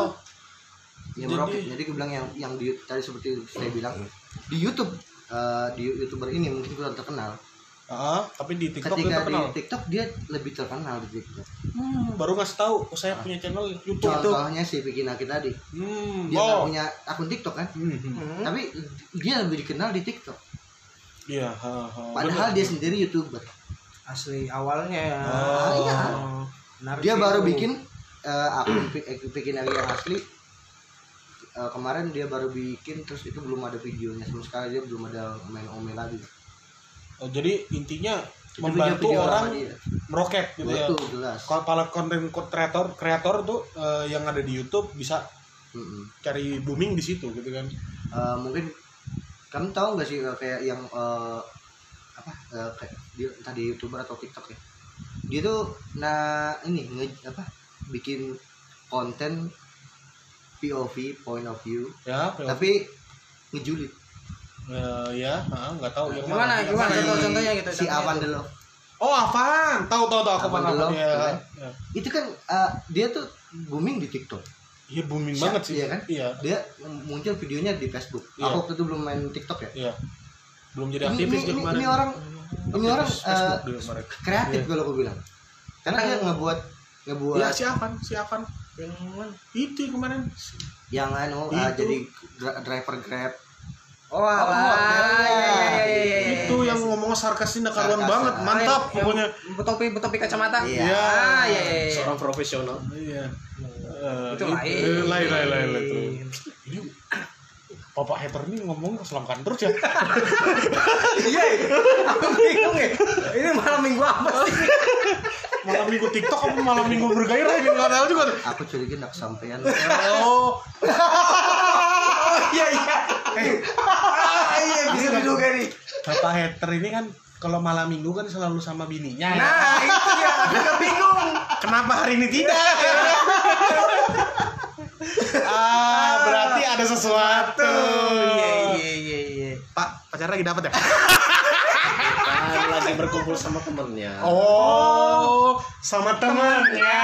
Ya Jadi- meroket. Jadi gue bilang yang yang di tadi seperti saya bilang di YouTube uh, di YouTuber ini mungkin kurang terkenal. Heeh, tapi di TikTok dia Ketika terkenal. di TikTok dia lebih terkenal di TikTok. Hmm, baru ngasih tahu oh, saya punya channel YouTube. Contohnya si Vicky Naki tadi. Hmm, Dia nggak oh. punya akun TikTok kan? Hmm, hmm. Hmm. Tapi dia lebih dikenal di TikTok. Iya, ha, ha. Padahal Bener. dia sendiri YouTuber. Asli awalnya. Oh, iya. Benar Dia sih, baru lu. bikin uh, akun Vicky Naki yang asli. Uh, kemarin dia baru bikin terus itu belum ada videonya sama sekali, dia belum ada main omel lagi. Oh, jadi intinya Itu membantu video-video orang lama dia. meroket gitu ya. Betul, jelas. Kalau para konten kreator kreator tuh eh, yang ada di YouTube bisa Mm-mm. cari booming di situ gitu kan. Uh, mungkin kamu tahu nggak sih uh, kayak yang uh, apa uh, kayak dia tadi YouTuber atau TikTok ya, dia tuh nah ini nge, apa bikin konten P O V point of view Ya, tapi ngejulit Eh, ya, ha, nggak tahu yang Gimana? mana. Gimana? Yang mana? Contoh-contohnya gitu. si contohnya Avan gitu. Delo Oh, Avan. Tahu tahu tahu aku Avan paham Delo, ya. kan? Ya. itu kan uh, dia tuh booming di TikTok. Iya, booming Siap, banget sih. iya kan? Iya, Dia muncul videonya di Facebook. Iya. Aku waktu itu belum main TikTok ya. iya. Belum jadi Ini- aktivis ini- dia ini- kemarin. ini orang- ini orang, Aktivis Facebook eh, dia kemarin. Kreatif Iya. kalau aku bilang. Karena dia ngebuat ngebuat Ya, si Avan, si Avan yang mana? Itu yang kemarin. yang anu uh, Itu. jadi dra- driver Grab. Oh, alah. Oh, Iya, iya, iya, iya, iya. Itu yang ngomongnya sarkasnya karuan Sarkas, banget, ah. mantap Yang pokoknya. Betopi betopi kacamata. Iya. Ah, iya, iya, iya. Seorang profesional. Iya. Eh, Itu lain. eh, lain lain lain lain tuh. Ini Bapak hater ini ngomong keselamkan terus ya. Iya, aku bingung ya. Ini malam minggu apa sih? Malam minggu TikTok apa malam minggu bergairah ini nggak tahu juga. Aku curiga nak kesampean. Oh, Oh iya iya. Ah iya bisa diduga nih. Bapak hater ini kan kalau malam minggu kan selalu sama bininya. ya. Nah itu dia. Aku juga bingung. Kenapa hari ini tidak? Ah, berarti ada sesuatu. Iya iya iya iya. Pak, pacar lagi dapat ya? Kan lagi berkumpul sama temennya. Oh, sama temannya.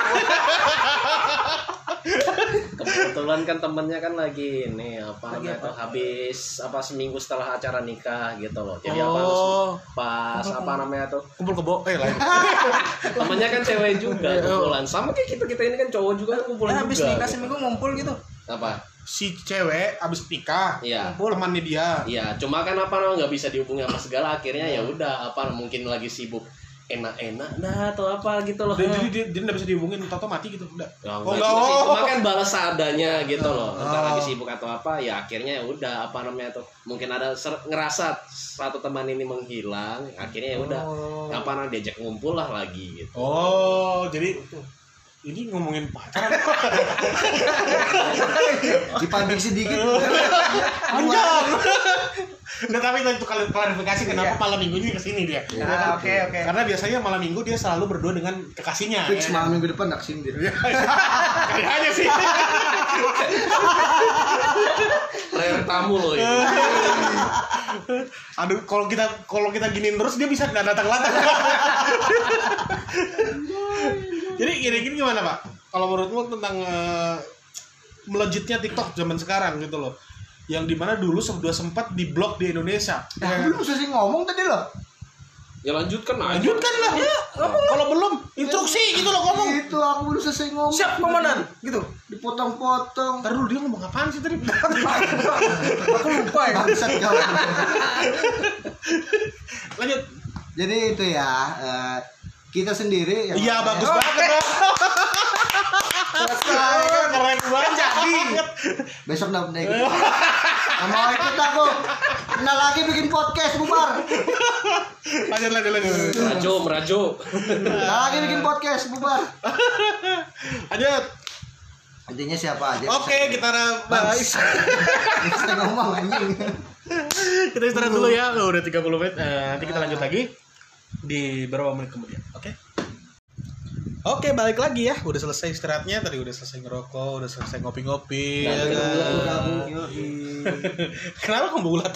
Kebetulan kan temennya kan lagi ini apa Lagi namanya apa? tuh, habis apa seminggu setelah acara nikah gitu loh. Jadi apa Oh, pas apa namanya tuh kumpul kebo eh lain. temennya kan cewek juga kumpulan sama kayak kita kita ini kan cowok juga kumpulan Nah, habis juga. nikah gitu. seminggu ngumpul gitu. Apa? Si cewek abis nikah, Iya. temannya dia. Iya, cuma kan apa namanya nggak bisa dihubungi apa segala akhirnya ya udah apa mungkin lagi sibuk enak-enak dah atau apa gitu loh. Dia- Jadi dia dia nggak bisa dihubungin, Toto mati gitu, udah. Ya, Oh, enggak enggak, juga sih. oh. Cuma kan balas seadanya gitu loh. Entar Oh. lagi sibuk atau apa ya akhirnya ya udah apa namanya tuh. Mungkin ada ser- ngerasa satu teman ini menghilang, akhirnya ya udah Oh. apa namanya diajak ngumpul lah lagi gitu. Oh, jadi ini ngomongin pacaran. Dipancing sedikit. Panjang. Nggak, tapi itu kali klarifikasi kenapa malam minggu ini kesini dia. Ah, oke oke. Karena biasanya malam minggu dia selalu berdua dengan kekasihnya. Fix ya. malam minggu depan nak sindir. Kali aja sih. Rare tamu loh ini. Aduh, kalau kita kalau kita giniin terus dia bisa nggak datang-datang. Jadi gini-gini gimana Pak? Kalau menurutmu tentang uh, melejitnya TikTok zaman sekarang gitu loh, yang dimana dulu sudah sempat diblok di Indonesia. Nah, belum selesai ngomong tadi loh. Ya lanjutkan aja. Lanjutkan lah. Kalau belum instruksi gitu loh ngomong. Itu aku belum selesai ngomong. Siap komandan gitu. Dipotong-potong. Ntar dulu dia ngomong apaan sih tadi? Aku lupa ya. Bangsat kau. Lanjut. Jadi itu ya, eh, kita sendiri yang Iya bagus Oh, banget. Bang. Selesai. Keren banget. Jadi. besok dapat naik. Nggak mau ikut aku. Kenal lagi bikin podcast bubar. Lanjut lanjut lanjut. Merajo, merajo. Kenal lagi bikin podcast bubar. Lanjut. Intinya siapa aja? Oke, kita bahas. Kita ngomong anjing. Kita istirahat dulu ya. Oh, udah tiga puluh menit. Eh, nanti kita lanjut lagi di beberapa menit kemudian. Oke. Oke, balik lagi ya. Udah selesai istirahatnya, tadi udah selesai ngerokok, udah selesai ngopi-ngopi. Nah, Ya kita kan? bulat-bulat. Yoi. Kenapa kamu bulat?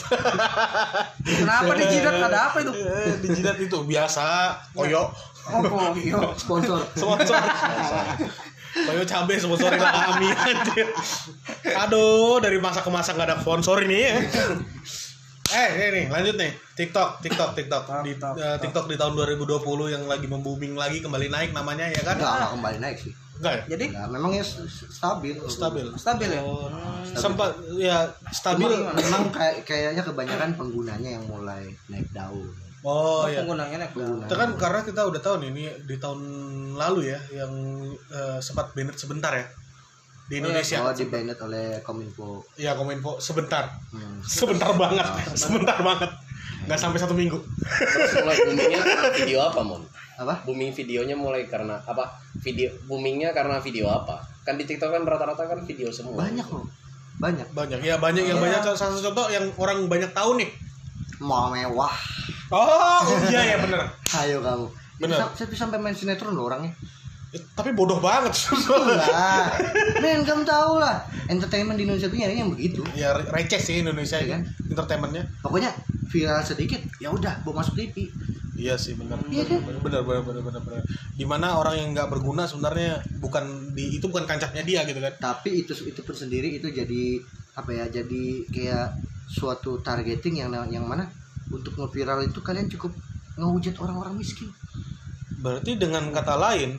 Kenapa dijidat? Ada apa itu? Eh, Dijidat itu biasa, koyo, Oh, koyo. Sponsor. sponsor. Koyo cabe sponsorin lah kami. Aduh, dari masa ke masa nggak ada sponsor ini ya. Eh, ini nih, lanjut nih. TikTok, TikTok, TikTok. Di TikTok, eh, TikTok di tahun dua ribu dua puluh yang lagi membooming lagi, kembali naik namanya ya kan? Enggak, enggak kembali naik sih. Enggak ya? Jadi Enggak, memang ya s- s- stabil. Stabil. stabil ya. Oh, sempat ya stabil. Memang, memang kayak kayaknya kebanyakan penggunanya yang mulai naik daun. Oh ya. Penggunanya naik daun. Itu kan karena kita udah tahu nih ini di tahun lalu ya yang eh, sempat banned sebentar ya di Indonesia. Oh, di-banned oleh Kominfo. Iya, Kominfo sebentar. Hmm. Sebentar banget. Sebentar banget. Nggak sampai satu minggu. Terus mulai boomingnya video apa, Mon? Apa? Booming videonya mulai karena apa? Video boomingnya karena video apa? Kan di TikTok kan rata-rata kan video semua. Banyak loh. Banyak. Banyak ya, banyak yang Iya. banyak salah satu contoh yang orang banyak tahu nih. Mau mewah. Oh, iya ya bener. Ayo kamu. Bener. Bisa, saya bisa sampai main sinetron loh orangnya. Eh, Tapi bodoh banget. Lah, men kamu tahu lah. Entertainment di Indonesia itu nyarinya yang begitu. Ya re- receh sih Indonesia Iya kan, kan? entertainmentnya. Pokoknya viral sedikit, ya udah, bawa masuk T V. Iya sih benar. Iya kan? Benar benar benar benar benar. Dimana orang yang nggak berguna sebenarnya bukan di itu bukan kancapnya dia gitu kan. Tapi itu itu pun sendiri itu jadi apa ya? Jadi kayak suatu targeting yang yang mana untuk nge-viral itu kalian cukup ngehujat orang-orang miskin. Berarti dengan kata lain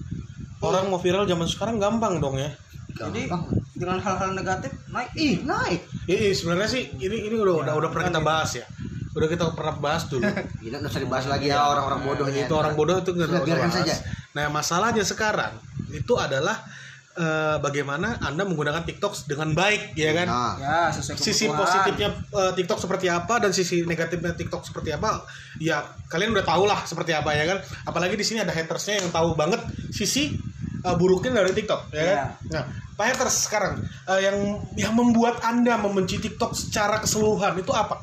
orang mau viral zaman sekarang gampang dong ya. Jadi Gampang. dengan hal-hal negatif naik. Ih, naik. Iya sebenarnya sih ini ini udah udah udah pernah kita bahas ya. Udah kita pernah bahas dulu. Gila, nggak usah dibahas lagi ya orang-orang bodohnya. Itu orang bodoh itu nggak Sudah, usah biarkan bahas. saja. Nah masalahnya sekarang itu adalah eh, bagaimana Anda menggunakan TikTok dengan baik ya kan. Nah, Ya, sesuai Sisi kebutuhan. positifnya eh, TikTok seperti apa dan sisi negatifnya TikTok seperti apa ya kalian udah tahu lah seperti apa ya kan. Apalagi di sini ada hatersnya yang tahu banget sisi eh, buruknya dari TikTok ya kan. Ya. Nah Pak haters sekarang eh, yang yang membuat Anda membenci TikTok secara keseluruhan itu apa?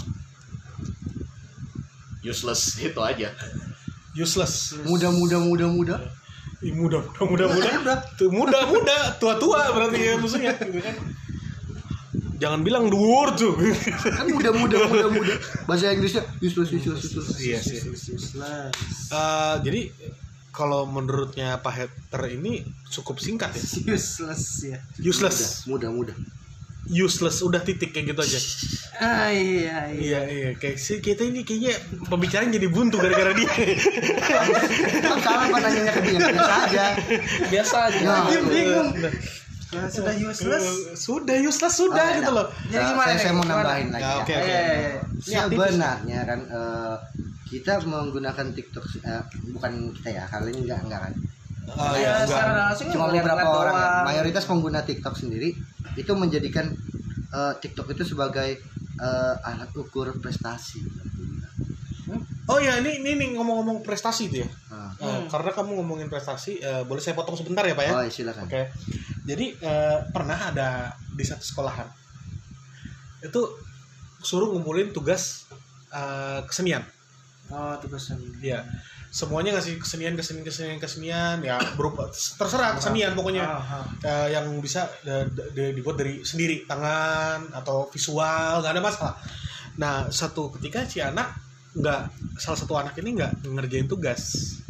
Useless itu aja. Useless. muda muda muda muda. Ih, muda muda muda muda tuh muda muda tua tua berarti ya maksudnya gitu kan. Jangan bilang dur tuh. Kan muda muda muda muda. Bahasa Inggrisnya useless useless useless. Iya sih. Eh, jadi kalau menurutnya Pak Hater ini cukup singkat ya. Useless ya. Useless, Muda muda. useless udah titik kayak gitu aja. Ah, iya, iya. Iya iya kayak sih kita ini kayaknya pembicaraan jadi buntu gara-gara dia. Kamu salah apa nanya ke dia? Biasa aja. Biasa aja. Ya. Dia bingung. Nah, sudah useless. Sudah useless sudah Ah, gitu ya. loh. Jadi Nah, gimana saya, nih? saya mau Gimana? nambahin lagi. Ya, ya. oke. Iya, iya, iya. Ini aktivis. Sebenarnya kan eh, kita menggunakan TikTok eh, bukan kita ya, kalian enggak enggak kan. Oh Ya, ya secara enggak. langsung Cuma ngeliat- beberapa ngeliat orang ya. doang. Mayoritas pengguna TikTok sendiri itu menjadikan eh, TikTok itu sebagai eh, alat ukur prestasi. Oh ya ini ini, ini ngomong-ngomong prestasi tuh ya. Nah, Eh, karena kamu ngomongin prestasi, eh, boleh saya potong sebentar ya Pak ya? oh, silakan. Oke. Jadi eh, pernah ada di satu sekolahan itu suruh ngumpulin tugas eh, kesenian. Oh, tugasan. Iya. Semuanya ngasih kesenian kesenian kesenian kesenian ya berupa terserah kesenian pokoknya Ah, ah. eh, yang bisa eh, d- d- dibuat dari sendiri tangan atau visual nggak ada masalah. Nah satu ketika si anak nggak salah satu anak ini nggak ngerjain tugas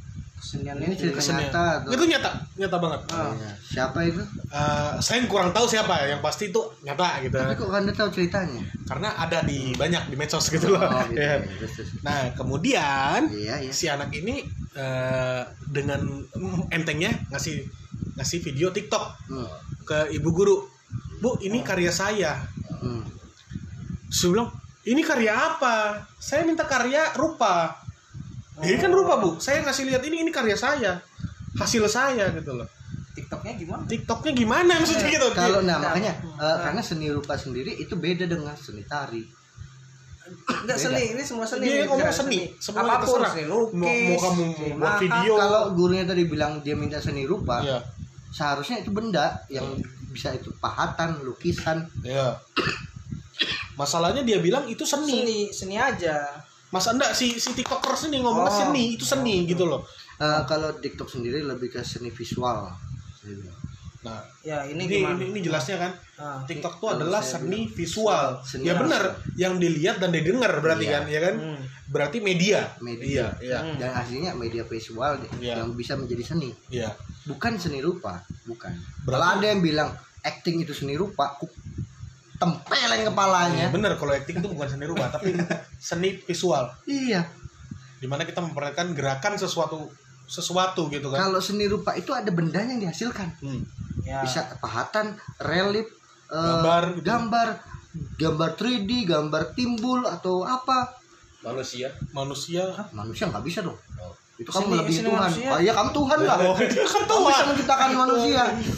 Kesenian Ini itu. cerita Kesenian. nyata atau Itu nyata, nyata banget. Ah. Iya. Siapa itu? Eh, saya kurang tahu siapa, yang pasti itu nyata gitu. Tapi kok Anda tahu ceritanya? Karena ada di banyak di medsos gitu loh. Oh, gitu. Ya. Ya. Terus, terus. Nah, kemudian Iya, iya. si anak ini eh, dengan entengnya ngasih ngasih video TikTok Hmm. ke ibu guru. Bu, ini karya saya. Hmm. Saya bilang, ini karya apa? Saya minta karya rupa. Ini kan rupa, Bu. Saya ngasih lihat ini, ini karya saya. Hasil saya gitu loh. TikToknya gimana? TikToknya gimana maksudnya gitu? Kalau nah Nah, makanya nah. eh, karena seni rupa sendiri itu beda dengan seni tari. Enggak Beda. seni, ini semua seni. Dia ini ngomong bukan seni, semuanya apapun terserah. seni Mau, lukis. mau kamu seni buat mahat. video. Kalau gurunya tadi bilang dia minta seni rupa, Iya, seharusnya itu benda yang bisa itu pahatan, lukisan. iya. Masalahnya dia bilang itu seni. Seni, seni aja. Masa enggak si si TikTokers ini ngomongnya Oh. seni, itu seni gitu loh. Eh, kalau TikTok sendiri lebih ke seni visual. Saya bilang. Nah, Ya, ini, ini gimana? ini, ini jelasnya kan. Ah. TikTok tuh Kalau adalah saya seni bilang, visual. seni Ya visual. benar, yang dilihat dan didengar berarti Iya. kan, ya kan? Hmm. Berarti media. Media. Iya, iya. Hmm. Dan aslinya media visual Iya. yang bisa menjadi seni, Iya. bukan seni rupa, bukan. Berarti- Kalau ada yang bilang acting itu seni rupa, aku tempelin kepalanya. Ya, benar, kalau acting itu bukan seni rupa, tapi seni visual. Iya. Dimana kita memperlihatkan gerakan sesuatu sesuatu gitu kan. Kalau seni rupa itu ada bendanya yang dihasilkan. Hmm. Ya. Bisa pahatan, relief, eh, Gambar gitu. gambar, gambar tiga D, gambar timbul atau apa. Manusia. Manusia. Manusia nggak bisa dong. Oh. Itu kamu Seni- lebih seni Tuhan. manusia. Oh iya kamu Tuhan lah. Oh, dia kan Kamu bisa menciptakan manusia.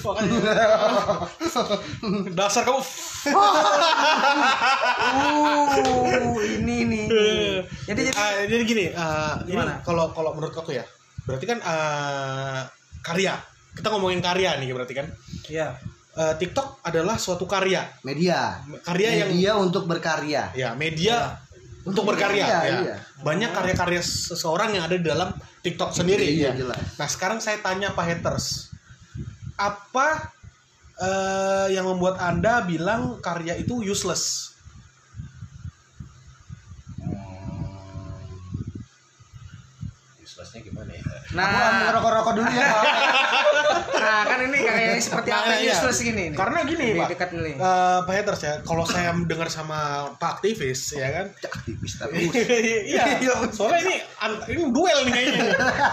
Dasar kamu. Oh, ini nih. Jadi jadi Ah, jadi gini, ah, ini Gimana? kalau kalau menurut aku ya, berarti kan ah, karya. Kita ngomongin karya nih berarti kan. ya. Eh, TikTok adalah suatu karya. Media. Karya yang Media untuk berkarya. ya media untuk berkarya Iya, ya. iya. Banyak karya-karya seseorang yang ada di dalam TikTok sendiri Iya, ya. jelas. Nah, sekarang saya tanya Pak Haters. Apa eh, yang membuat Anda bilang karya itu useless? Uselessnya gimana ya? Aku Nah, ngerokok-rokok dulu ya. nah kan ini kayaknya seperti apa Nah, yang iya. useless gini. nih. Karena gini, Di Pak. dekat nih. Eh, Pak Haters ya, kalau saya dengar sama Pak aktivis ya kan. Aktivis terus. Iya, soalnya ini an- ini duel nih kayaknya.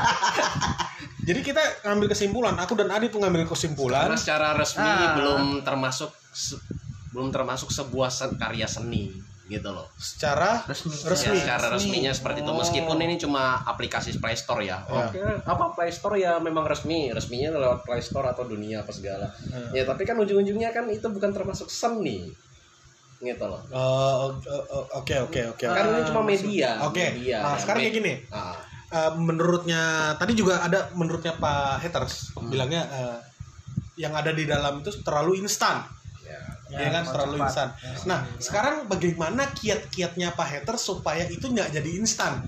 Jadi kita ngambil kesimpulan, aku dan Adit mengambil kesimpulan. Karena secara resmi Ah. belum termasuk se- belum termasuk sebuah se- karya seni gitu loh. Secara Resmi. resmi. Ya, secara resminya seperti itu meskipun ini cuma aplikasi Play Store ya. Ya. Oke, apa Play Store ya memang resmi, resminya lewat Play Store atau dunia apa segala. Ya. Ya, tapi kan ujung-ujungnya kan itu bukan termasuk seni. Gitu loh. Oh, oh, oh, Oke oke oke. Kan ini cuma media. Oke. media. Nah, Ya, sekarang me- kayak gini. Ah. Eh, menurutnya tadi juga ada menurutnya Pak Haters bilangnya eh, yang ada di dalam itu terlalu instan. Ya. Ya, kan terlalu cepat. instan. Nah, sekarang bagaimana kiat-kiatnya Pak Haters supaya itu nggak jadi instan?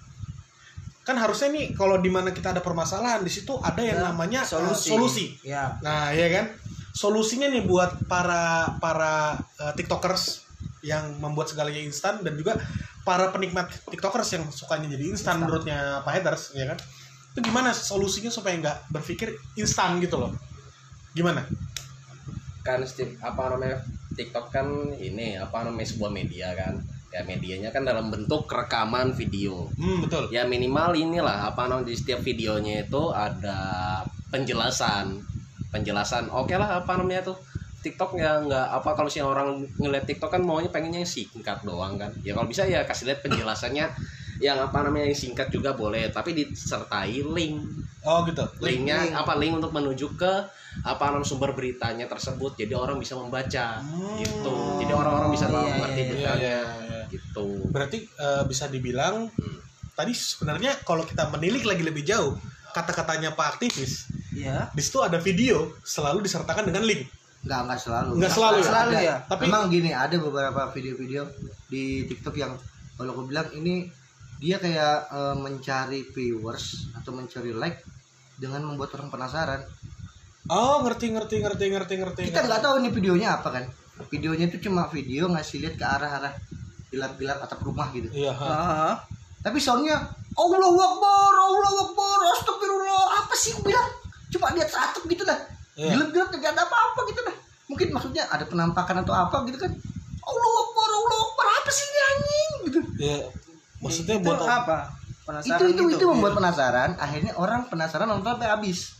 Kan harusnya nih kalau di mana kita ada permasalahan di situ ada yang Ada namanya eh, solusi. solusi. Ya. Nah, ya kan? Solusinya nih buat para para eh, TikTokers yang membuat segalanya instan dan juga para penikmat TikTokers yang sukanya jadi instan menurutnya Pak Haters, ya kan? Itu gimana solusinya supaya nggak berpikir instan gitu loh? Gimana? Kan setiap apa namanya TikTok kan ini apa namanya sebuah media kan. Ya medianya kan dalam bentuk rekaman video. Hmm, betul. Ya minimal inilah apa namanya di setiap videonya itu ada penjelasan. Penjelasan. Oke lah apa namanya tuh TikTok ya nggak apa kalau sih orang ngeliat TikTok kan maunya pengennya yang singkat doang kan. Ya kalau bisa ya kasih lihat penjelasannya yang apa namanya yang singkat juga boleh, tapi disertai link. Oh, gitu. Linknya Link. apa link untuk menuju ke apa namanya sumber beritanya tersebut. Jadi orang bisa membaca Hmm. gitu. Jadi orang-orang bisa tahu Iya, mengerti iya, Iya, beritanya iya, iya. gitu. Berarti eh, bisa dibilang Hmm. tadi sebenarnya kalau kita menilik lagi lebih jauh kata-katanya Pak aktivis, Ya. di situ ada video selalu disertakan dengan link. Nggak, nggak selalu. Nggak selalu ya? Selalu Ada. ya? Tapi- Memang gini, ada beberapa video-video di TikTok yang kalau aku bilang ini dia kayak eh, mencari viewers atau mencari like dengan membuat orang penasaran. Oh, ngerti ngerti ngerti ngerti ngerti. Kita nggak tahu ini videonya apa kan. Videonya itu cuma video ngasih lihat ke arah-arah pilar-pilar atap rumah gitu. Iya, ha. Ah. Tapi soundnya Allahu Akbar, Allahu Akbar, astagfirullah. Apa sih gue bilang? Cuma lihat atap gitu dah. Iya. Gelap-gelap tidak ada apa-apa gitu dah. Mungkin maksudnya ada penampakan atau apa gitu kan. Allahu Akbar, Allahu Akbar, apa sih ini anjing gitu. Ya, maksudnya Itu buat apa? Penasaran Itu itu gitu. itu membuat penasaran, akhirnya orang penasaran nonton sampai habis.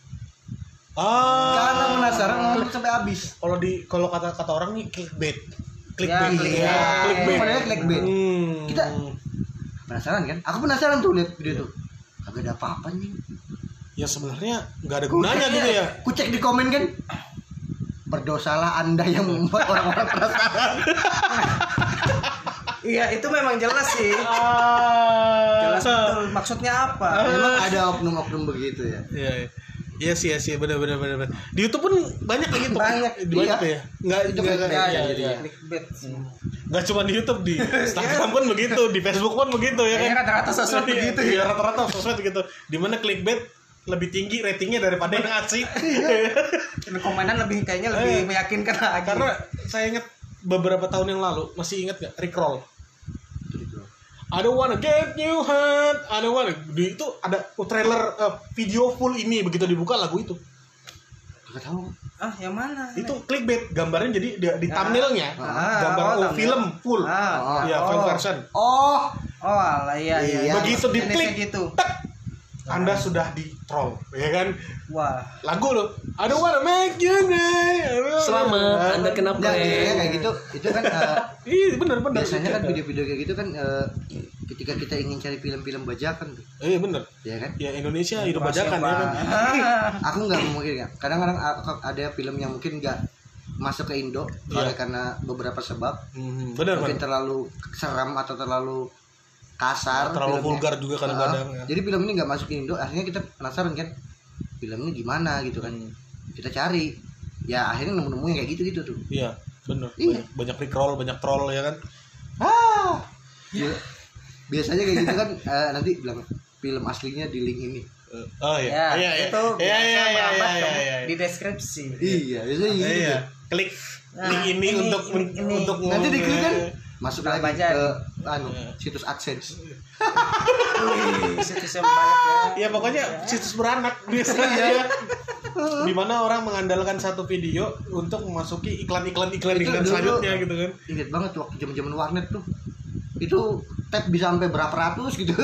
ah Karena penasaran nonton sampai habis. kalau di kalau kata kata orang nih clickbait. Ya, Clickbait. clickbait. Ya, clickbait. Modelnya clickbait. Hmm. Kita penasaran kan? Aku penasaran tuh lihat video tuh. Kagak ada apa-apa nih. ya sebenarnya nggak ada gunanya gitu ya. Ku cek di komen kan. Berdosalah Anda yang membuat orang-orang penasaran. Iya, itu memang jelas sih. Ah. Jelas betul maksudnya apa. Memang ada oknum-oknum begitu ya. Iya, iya. Iya sih, iya sih, benar benar benar. benar. Di YouTube pun banyak kayak gitu. Banyak. Di banyak Iya. ya. Enggak Itu enggak clickbait iya, ya, iya, jadinya. iya. Clickbait. Nggak cuma di YouTube, di Instagram pun begitu, di Facebook pun begitu ya kan. Kayaknya rata-rata sosmed Iya, begitu iya, rata-rata sosmed begitu. Di mana clickbait lebih tinggi ratingnya daripada yang asli. Dan komenan lebih kayaknya Eh. lebih meyakinkan lagi. Karena saya ingat beberapa tahun yang lalu, masih ingat nggak Rickroll? I don't wanna get you hurt, I don't wanna. Di itu ada trailer uh, video full ini begitu dibuka lagu itu. Kagak tahu. Ah, yang mana? Itu clickbait, gambarnya jadi di, di thumbnailnya Ah, gambar oh, oh, thumbnail. film full. Ah, ya, oh. film version. Oh, Oh, alah iya iya. Iya. Begitu Jenisnya diklik, gitu. tak, Anda sudah di troll, ya kan? Wah. Lagu lo, I don't wanna make you cry. Selamat, Anda kena enggak prank. biasanya kayak gitu. Itu kan eh, Iya benar benar. biasanya kan video-video kayak gitu kan eh, ketika kita ingin cari film-film bajakan tuh, Iya benar. ya kan? Ya Indonesia hidup Masih bajakan ya kan. apa? Aku nggak mungkin ya. Kadang-kadang aku- ada film yang mungkin nggak masuk ke Indo Iya. oleh karena beberapa sebab, Hmm, benar mungkin benar. terlalu seram atau terlalu kasar, Terlalu filmnya. vulgar juga kadang-kadang Ah, ya. Jadi film ini nggak masuk ke Indo, akhirnya kita penasaran kan, film ini gimana gitu kan. Hmm. Kita cari, ya akhirnya nemu-nemu yang kayak gitu-gitu tuh. Iya, benar. Iya. Banyak, banyak rickroll, banyak troll ya kan. Ah, Bi- biasanya kayak gitu kan eh, nanti bilang film aslinya di link ini. Eh, Oh iya. Ya, iya, iya. itu Iya, biasa iya, iya, merambat iya, ke- iya, iya. di deskripsi. Iya, biasanya gitu. Iya. Klik Nah, link ini, ini, untuk ini, ini. untuk Nanti diklik kan masuk Nah, lagi baca. ke anu Iya. situs AdSense. Wih, situs yang banyak Ya pokoknya situs beranak biasanya. Di mana orang mengandalkan satu video untuk memasuki iklan-iklan iklan Itu iklan dulu- selanjutnya gitu kan. Ingat banget waktu zaman-zaman warnet tuh. Itu tab bisa sampai berapa ratus gitu.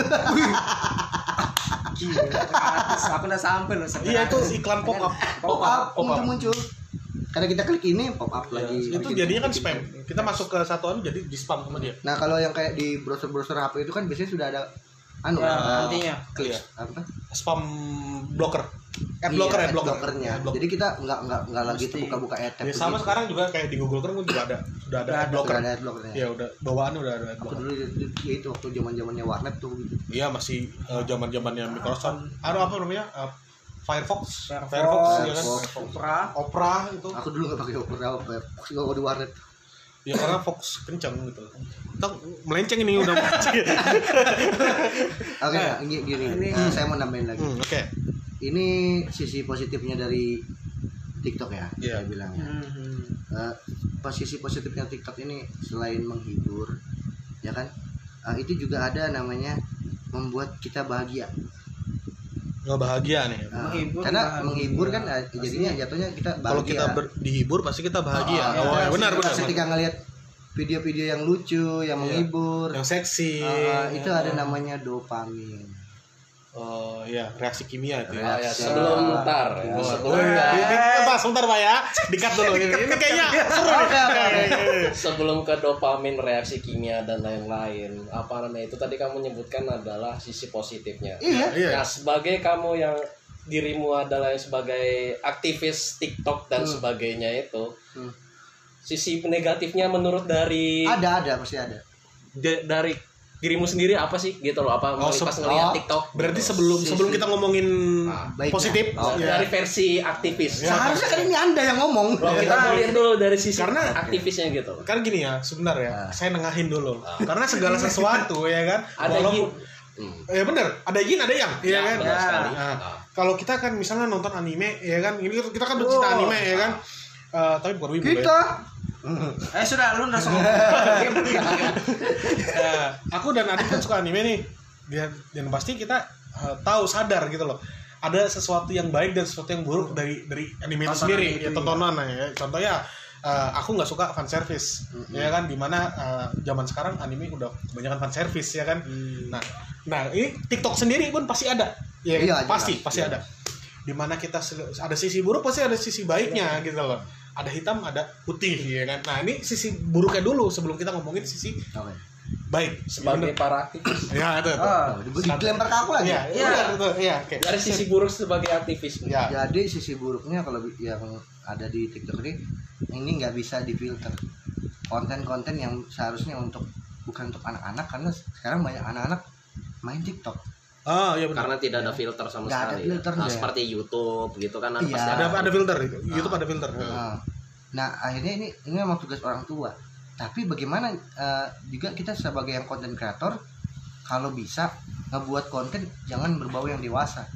Gila, gratis. Aku udah sampai loh. Iya itu iklan pop up. Pop up muncul-muncul. Karena kita klik ini pop up Ya, lagi. itu jadinya kan spam. Kita masuk ke satuan jadi di spam sama dia. Nah, kalau yang kayak di browser-browser H P itu kan biasanya sudah ada anu Ya, eh, nantinya. klik Iya. apa? Spam blocker. Ad blocker, Iya, ad blocker. blockernya. Ad blocker. Jadi kita nggak nggak nggak lagi Mesti. tuh buka-buka ad tab. Ya, sama begitu. sekarang juga kayak di Google Chrome juga ada, sudah ada Udah ad ada, blocker. Sudah ada ad blockernya. Ya udah bawaannya udah ada ad Aku blocker. dulu itu, ya itu waktu zaman-zamannya warnet tuh gitu. Iya masih eh, zaman-zamannya Microsoft. Ada apa namanya? Eh, Firefox. Firefox, Firefox, ya kan? Firefox. Opera. Opera itu. Aku dulu nggak pakai Opera, Opera. Fox kalau di warnet. Ya karena Fox kencang gitu. Kita melenceng ini udah melenceng. Oke, Eh, nah, ini gini. ini- Nah, saya mau nambahin lagi. Hmm, Oke. Ini sisi positifnya dari TikTok ya, Iya. saya bilang ya. Hmm. Eh, posisi positifnya TikTok ini selain menghibur, ya kan, eh, itu juga ada namanya membuat kita bahagia. Nggak bahagia nih. Eh, Menghibur, karena bahagia. menghibur kan eh, jadinya jatuhnya kita bahagia. Kalau kita ber- dihibur pasti kita bahagia. Ah, Oh, kita ya, benar benar. ketika ngelihat video-video yang lucu, yang Iya. menghibur, Yang seksi. eh, itu ada namanya dopamin. Oh iya, reaksi kimia itu Ah, ya. ya, sebelum ntar ya, Oh, sebelum oh, iya. ntar. Di- di- Sebentar, sebentar Pak ya. Dikat dulu. Ini, ini kayaknya seru nih. Sebelum ke dopamin, reaksi kimia dan lain-lain, apa namanya itu tadi kamu menyebutkan adalah sisi positifnya. Iya. Iya. Nah, sebagai kamu yang dirimu adalah sebagai aktivis TikTok dan Hmm. sebagainya itu, Hmm. sisi negatifnya menurut dari Ada, ada, pasti ada. de- dari dirimu sendiri apa sih gitu loh, apa Oh, pas se- ngeliat oh, TikTok? Berarti gitu. sebelum Si- sebelum si- kita ngomongin Ah, baiknya. positif, Oh, ya. dari versi aktivis. Ya. Seharusnya kan ini Anda yang ngomong. Loh, kita lihat dulu dari sisi Karena- aktivisnya gitu. Kan gini ya, sebentar ya. Ah. Saya nengahin dulu. Karena segala sesuatu ya kan. Ada walaupun yin. Hmm. ya benar, ada yin ada yang, ya, kan. benar sekali. Nah, Ah. kalau kita kan misalnya nonton anime ya kan, ini kita kan bercinta Oh. anime ya kan. Eh, tapi bukan wibu ya. Kita Eh sudah lu langsung ngomong. Eh, aku dan Adit kan suka anime nih. Dan, dan pasti kita uh, tahu sadar gitu loh. Ada sesuatu yang baik dan sesuatu yang buruk dari dari anime itu Tontonan sendiri, itu, ya tontonan ya. Contohnya uh, aku nggak suka fan service, Mm-hmm. ya kan, dimana uh, zaman sekarang anime udah kebanyakan fan service ya kan. Hmm. Nah, nah ini TikTok sendiri pun pasti ada, ya Iya, pasti jelas, pasti jelas. ada. Dimana kita sel- ada sisi buruk pasti ada sisi baiknya gitu loh. Ada hitam, ada putih ya kan. Nah ini sisi buruknya dulu sebelum kita ngomongin sisi Oke. baik. Sebagai para aktivis. Ya itu. itu. Ah. Oh, dilempar ke aku lagi. Iya, Iya. iya, betul. Iya, oke. Dari sisi buruk sebagai aktivis. Ya. Jadi sisi buruknya kalau bi- yang ada di TikTok ini ini nggak bisa difilter. Konten-konten yang seharusnya untuk bukan untuk anak-anak karena sekarang banyak anak-anak main TikTok. Oh, iya benar. Karena tidak ada filter sama Nggak ada sekali. filternya. Nah, seperti YouTube gitu kan Iya. pasti Ada ada filter itu. Ah. YouTube ada filter. Nah, nah akhirnya ini ini memang tugas orang tua. Tapi bagaimana eh, juga kita sebagai yang konten kreator kalau bisa ngebuat konten jangan berbau yang dewasa.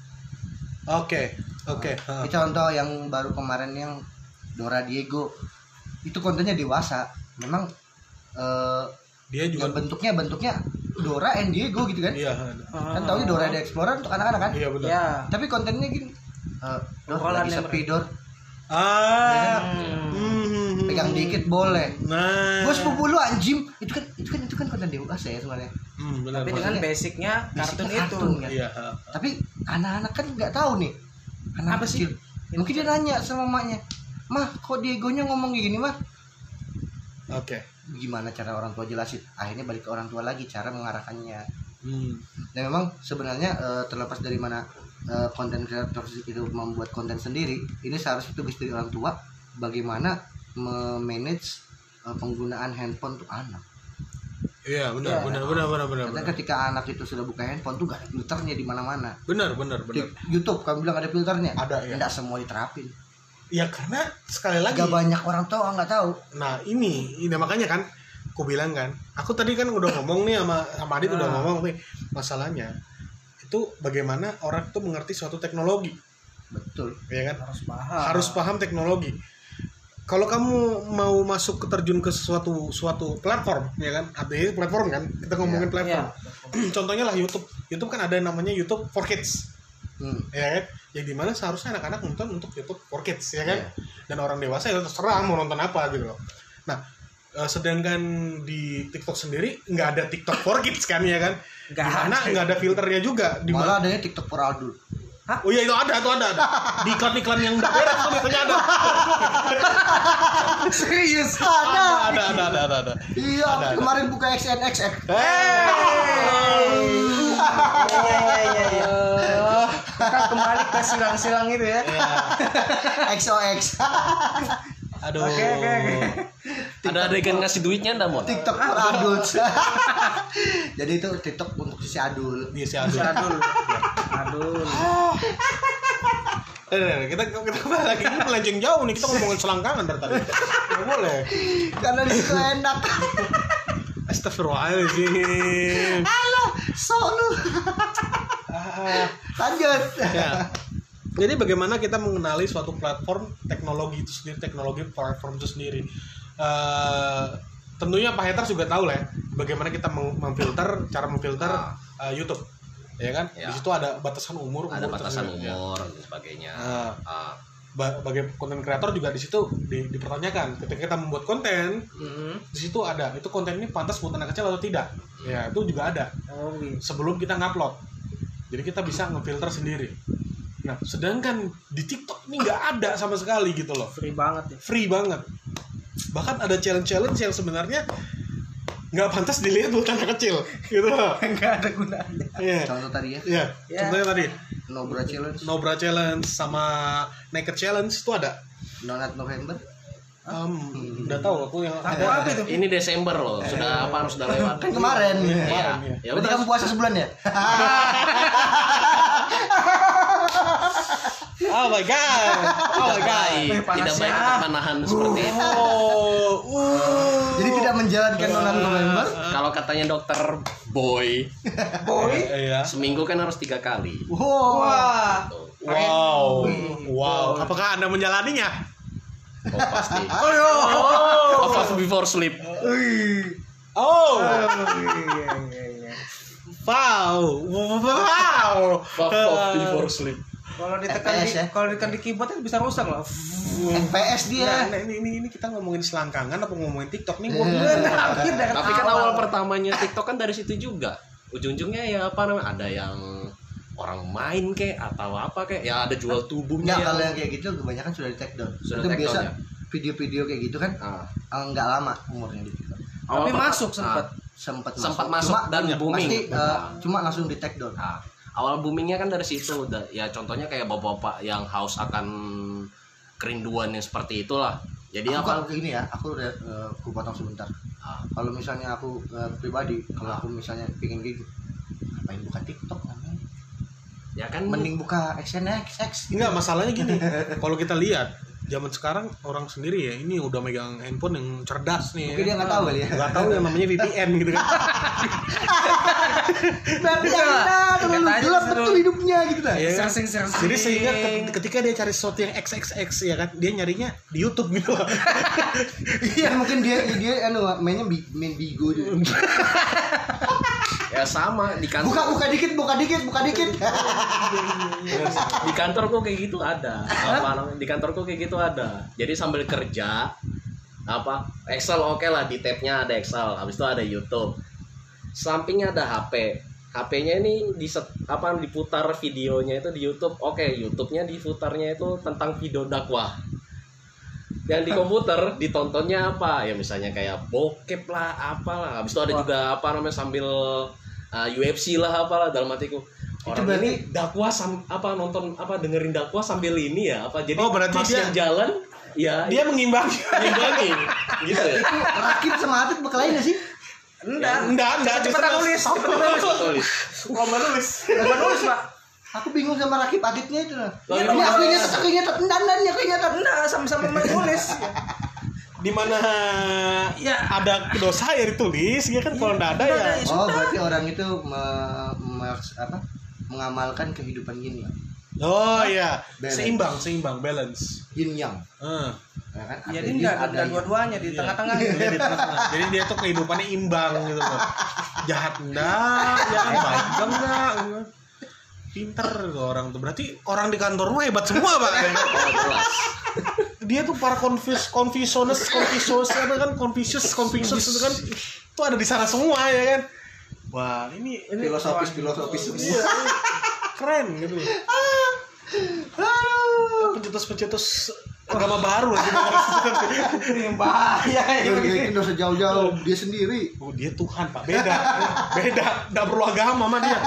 Oke. Oke. Ini contoh yang baru kemarin yang Dora Diego itu kontennya dewasa. Memang eh, Dia juga yang bentuknya bentuknya Dora and Diego gitu kan. iya. Kan taunya Dora the Explorer untuk anak-anak kan. Iya benar. Ya. Tapi kontennya gini eh Dor Roland lagi yang sepi Dor, Ah. Hmm. Hmm. pegang dikit boleh. Nah. Gue sepupu lu anjim. Itu kan itu kan itu kan konten dewasa ya sebenarnya. Hmm, benar. Tapi benar. dengan basicnya kartun Basicnya itu. kartun, kan? Iya. Tapi anak-anak kan nggak tahu nih. Anak Apa sih? kecil. Mungkin dia nanya sama maknya, "Mah, kok Diegonya ngomong kayak gini, Mah?" Oke. Gimana cara orang tua jelasin? Akhirnya balik ke orang tua lagi cara mengarahkannya. Hmm. Dan memang sebenarnya eh, terlepas dari mana eh, konten kreator itu membuat konten sendiri, ini seharusnya tugas dari orang tua bagaimana memanage eh, penggunaan handphone untuk anak. Iya, benar, Iya. benar, benar, benar, benar. Karena Benar, ketika anak itu sudah buka handphone tuh gak ada filternya di mana-mana. benar, benar. Di benar. YouTube kamu bilang ada filternya. Ada, ya. Nggak semua diterapin. Ya karena sekali lagi Gak banyak orang tua nggak tahu. nah ini ini makanya kan aku bilang kan aku tadi kan udah ngomong nih sama sama Adit udah Nah. ngomong nih masalahnya itu bagaimana orang tuh mengerti suatu teknologi Betul. ya kan Harus paham. harus paham teknologi. Kalau kamu mau masuk ke terjun ke suatu suatu platform ya kan artinya platform kan kita ngomongin Iya. platform Iya. contohnya lah YouTube YouTube kan ada yang namanya YouTube for Kids Hmm. ya kan yang dimana seharusnya anak-anak nonton untuk YouTube for Kids ya kan Iya. dan orang dewasa ya terserah mau nonton apa gitu loh. Nah eh, sedangkan di TikTok sendiri nggak ada TikTok for Kids kan ya kan Nggak dimana ada. nggak ada filternya juga di Malah mana adanya TikTok for adult. oh iya itu ada tuh ada, ada. Di iklan-iklan yang udah beres tuh biasanya ada Serius. Ada. ada ada ada ada ada Iya, Ada, ada. kemarin buka X N X X. Iya iya iya iya. Kita kembali ke silang-silang itu ya. X O X. aduh Oke, oke, oke. Ada adegan ngasih duitnya enggak, Mon? TikTok for adult. Jadi itu TikTok untuk sisi adul. iya sih aduh Adul. Adul. Eh, eh, kita kita kembali lagi ini melenceng jauh nih kita ngomongin selangkangan dari tadi nggak boleh. Karena di situ enak. Astagfirullahaladzim. Alah, so lu. Ah, Lanjut. ya. Jadi bagaimana kita mengenali suatu platform teknologi itu sendiri, teknologi platform itu sendiri. Eh, tentunya Pak Heters juga tahu lah ya, bagaimana kita meng- memfilter, cara memfilter Ah. eh, YouTube, ya kan? Ya. Di situ ada batasan umur, Ada umur batasan tersebut, ya. umur dan sebagainya. Ah. Ah. Ba- Bagi konten kreator juga di situ di- dipertanyakan. Ketika kita membuat konten, Hmm. di situ ada itu konten ini pantas buat anak kecil atau tidak. Ya itu juga ada. Oh gitu. Sebelum kita ngupload. Jadi kita bisa ngefilter sendiri. Nah, sedangkan di TikTok ini nggak ada sama sekali gitu loh. Free banget ya. Free banget. Bahkan ada challenge-challenge yang sebenarnya nggak pantas dilihat buat anak kecil gitu loh. Enggak ada gunanya. Iya. Contoh tadi ya, Iya. Ya. Contohnya tadi No Bra Challenge, No Bra Challenge sama Naked Challenge itu ada. Donat November. Um, udah tahu aku yang Apa ada. apa itu? Ini Desember loh, sudah apa sudah lewat. Kan kemarin. Ya, Kemarin, iya. ya Berarti udah. kamu puasa sebulan ya? Oh my god. Oh my God. Eh, Tidak panasnya. baik untuk menahan seperti itu. Oh. Uh. Jadi tidak menjalankan Donat November. Kalau katanya dokter Boy, Boy. Iya. seminggu kan harus tiga kali. Wow. Wah. Tuh. Wow. Wih. Wow. Apakah Anda menjalaninya? Oh pasti. Oh, yo. Oh, Puff before sleep. Oh. iya iya iya. Wow. Wow. Puff Puff before sleep. Kalau ditekan F P S di ya? kalau ditekan di keyboard itu bisa rusak loh. F P S dia. Nah, ini, ini ini kita ngomongin selangkangan apa ngomongin TikTok nih? Gua Hampir dari Tapi kan awal pertamanya TikTok kan dari situ juga. Ujung-ujungnya ya apa namanya? Ada yang orang main kek atau apa kek? Ya ada jual tubuhnya. Enggak, kalau yang- yang kayak gitu kebanyakan sudah di take down. Sudah Itu take biasa down, ya? video-video kayak gitu kan Ah. eh, nggak lama umurnya di TikTok. tapi Awal masuk sempat. Ah. Sempat Sempat masuk, masuk dan Cuma- booming. Pasti eh, Ah. cuma langsung di take down. Nah, awal boomingnya kan dari situ. Da- Ya contohnya kayak bapak-bapak yang haus akan kerinduan yang seperti itulah. Jadi Aku apa? kalau kayak gini ya, aku udah eh, aku potong sebentar. Ah. Kalau misalnya aku eh, pribadi, kalau aku misalnya pingin gitu, ngapain buka TikTok namanya? Ya kan Mending buka X N X X. Enggak, masalahnya gini. Kalau kita lihat zaman sekarang orang sendiri ya ini udah megang handphone yang cerdas nih. Mungkin dia ya. nggak tahu kali ya. Nggak tahu yang namanya V P N gitu kan. Berarti Udah lah. Anda terlalu Katanya gelap disuruh- betul hidupnya gitu dah. Iya kan? Sersing-sersing. Jadi sehingga ke- ketika dia cari sesuatu yang X X X ya kan, dia nyarinya di YouTube gitu. Iya, mungkin dia dia anu mainnya bi- main Bigo juga. ya sama di kantor. Buka buka dikit, buka dikit, buka dikit. Di kantorku kayak gitu ada. Apa namanya? Di kantorku kayak gitu ada. Jadi sambil kerja apa Excel oke lah, di tab-nya ada Excel, habis itu ada YouTube. Sampingnya ada H P. H P-nya ini di apa diputar videonya itu di YouTube. Oke, YouTube-nya diputarnya itu tentang video dakwah. Yang di komputer ditontonnya apa? Ya misalnya kayak bokep lah, apalah. Habis itu ada Wah. juga apa namanya sambil uh, U F C lah apalah dalam hatiku. Orang berarti- ini dakwah sam, apa nonton apa dengerin dakwah sambil ini ya apa jadi Oh, berarti pas dia- yang jalan ya Dia mengimbangi. ngimbangi gitu ya. Itu rakit sama atlet berkelahi nggak sih? Enggak. Enggak, enggak. Cepetan nulis, cepetan nulis. Tulis. Lomba nulis. Cepetan nulis, Pak. Aku bingung sama rakip atletnya itu nah. Lalu Ini dia aku nulis. ingat, aku ingat, endan dan aku ingat. Enggak, sama-sama main nulis. Di mana Ya. ada dosa ya ditulis, ya kan kalau enggak ada ya. Ya, Oh, sudah. berarti orang itu me- me- apa? Mengamalkan kehidupan yin yang. Oh iya, Balance. seimbang, seimbang, balance. Yin yang. Eh. Ya kan? Ada Jadi yin, enggak ada ada yang. dua-duanya di Iya. tengah-tengah. Iya, di tengah-tengah. Jadi dia tuh kehidupannya imbang gitu loh. Jahat enggak, ya kan baik juga enggak. gitu. Pinter tuh orang tuh. Berarti orang di kantormu hebat semua, Pak. Oh, jelas. Dia tuh para confus confucius confucius apa kan Confucius Confucius itu kan tuh ada di sana semua ya kan. Wah, ini ini Filosofis filosofis Iya, semua. keren gitu. Pencetus-pencetus agama baru lagi. Yang bahaya Itu ini. nggak usah jauh-jauh dia sendiri. Oh, dia Tuhan, Pak. Beda. Beda. Nggak perlu agama sama dia.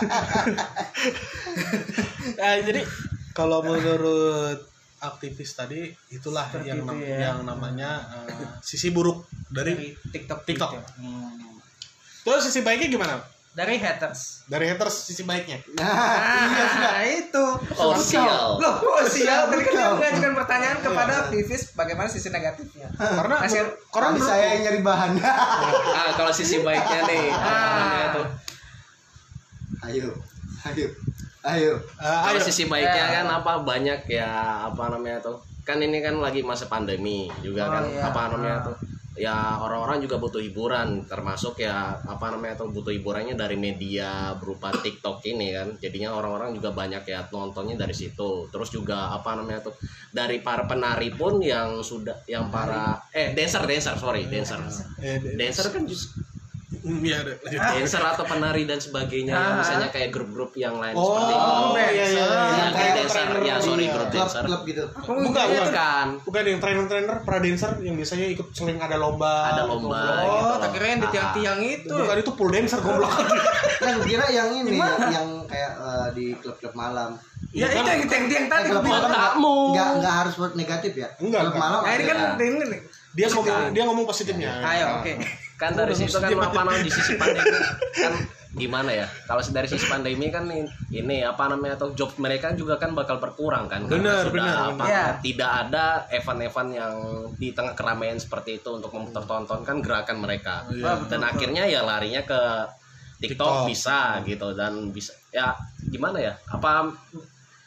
Nah, jadi kalau menurut aktivis tadi itulah Seperti yang itu nam- ya. yang namanya uh, sisi buruk dari Dari TikTok. TikTok. Hmm. Terus sisi baiknya gimana? Dari haters. Dari haters sisi baiknya. Nah, itu. Oh, sial. Loh, oh, sial. Tadi kan dia Betul. mengajukan pertanyaan kepada Iya. aktivis bagaimana sisi negatifnya. Karena Hasil- menur- karena Karena menurut- saya yang nyari bahan. Ah, kalau sisi baiknya nih, apa namanya tuh? Ayo, ayo, ayo. uh, Kalau ayo. sisi baiknya Ya. kan apa banyak ya apa namanya tuh? Kan ini kan lagi masa pandemi juga Oh, kan iya. apa namanya Ah. tuh? Ya orang-orang juga butuh hiburan, termasuk ya apa namanya tuh butuh hiburannya dari media berupa TikTok ini kan. Jadinya orang-orang juga banyak ya nontonnya dari situ. Terus juga apa namanya tuh dari para penari pun yang sudah yang para eh dancer dancer sorry dancer. Eh, d- Dancer kan just Hmm, iya, ada. lanjut. dancer atau penari dan sebagainya yang Ah. misalnya kayak grup-grup yang lain Oh, seperti itu. iya, iya, iya. Ya, Yang kayak dancer, trainer ya sorry iya. grup dancer. Klub-klub gitu. Bukan, bukan. Bukan. Bukan yang trainer-trainer, pra dancer yang biasanya ikut sering ada lomba. Ada lomba. Oh, gitu tak loh. kira yang di tiang-tiang itu. Bukan itu pool dancer goblok. Nah, gue kira yang ini Gimana? yang, yang kayak eh, di klub-klub malam. Ya, itu yang di tiang-tiang Eh, tadi. klub gua malam bilang. nggak Kamu. nggak nggak harus buat negatif ya. Enggak, Klub enggak. malam. Nah, ini kan ada. ini nih. Dia ngomong dia ngomong positifnya. Ayo, oke. Kan dari Oh, situ kan dia- apa namanya di sisi pandemi kan gimana ya? Kalau dari sisi pandemi kan ini, ini apa namanya atau job mereka juga kan bakal berkurang kan? Karena Benar, sudah benar, apa, benar. ya, tidak ada event-event yang di tengah keramaian seperti itu untuk mempertontonkan gerakan mereka. Oh, iya. Dan akhirnya ya larinya ke TikTok, TikTok. bisa gitu dan bisa ya gimana ya? Apa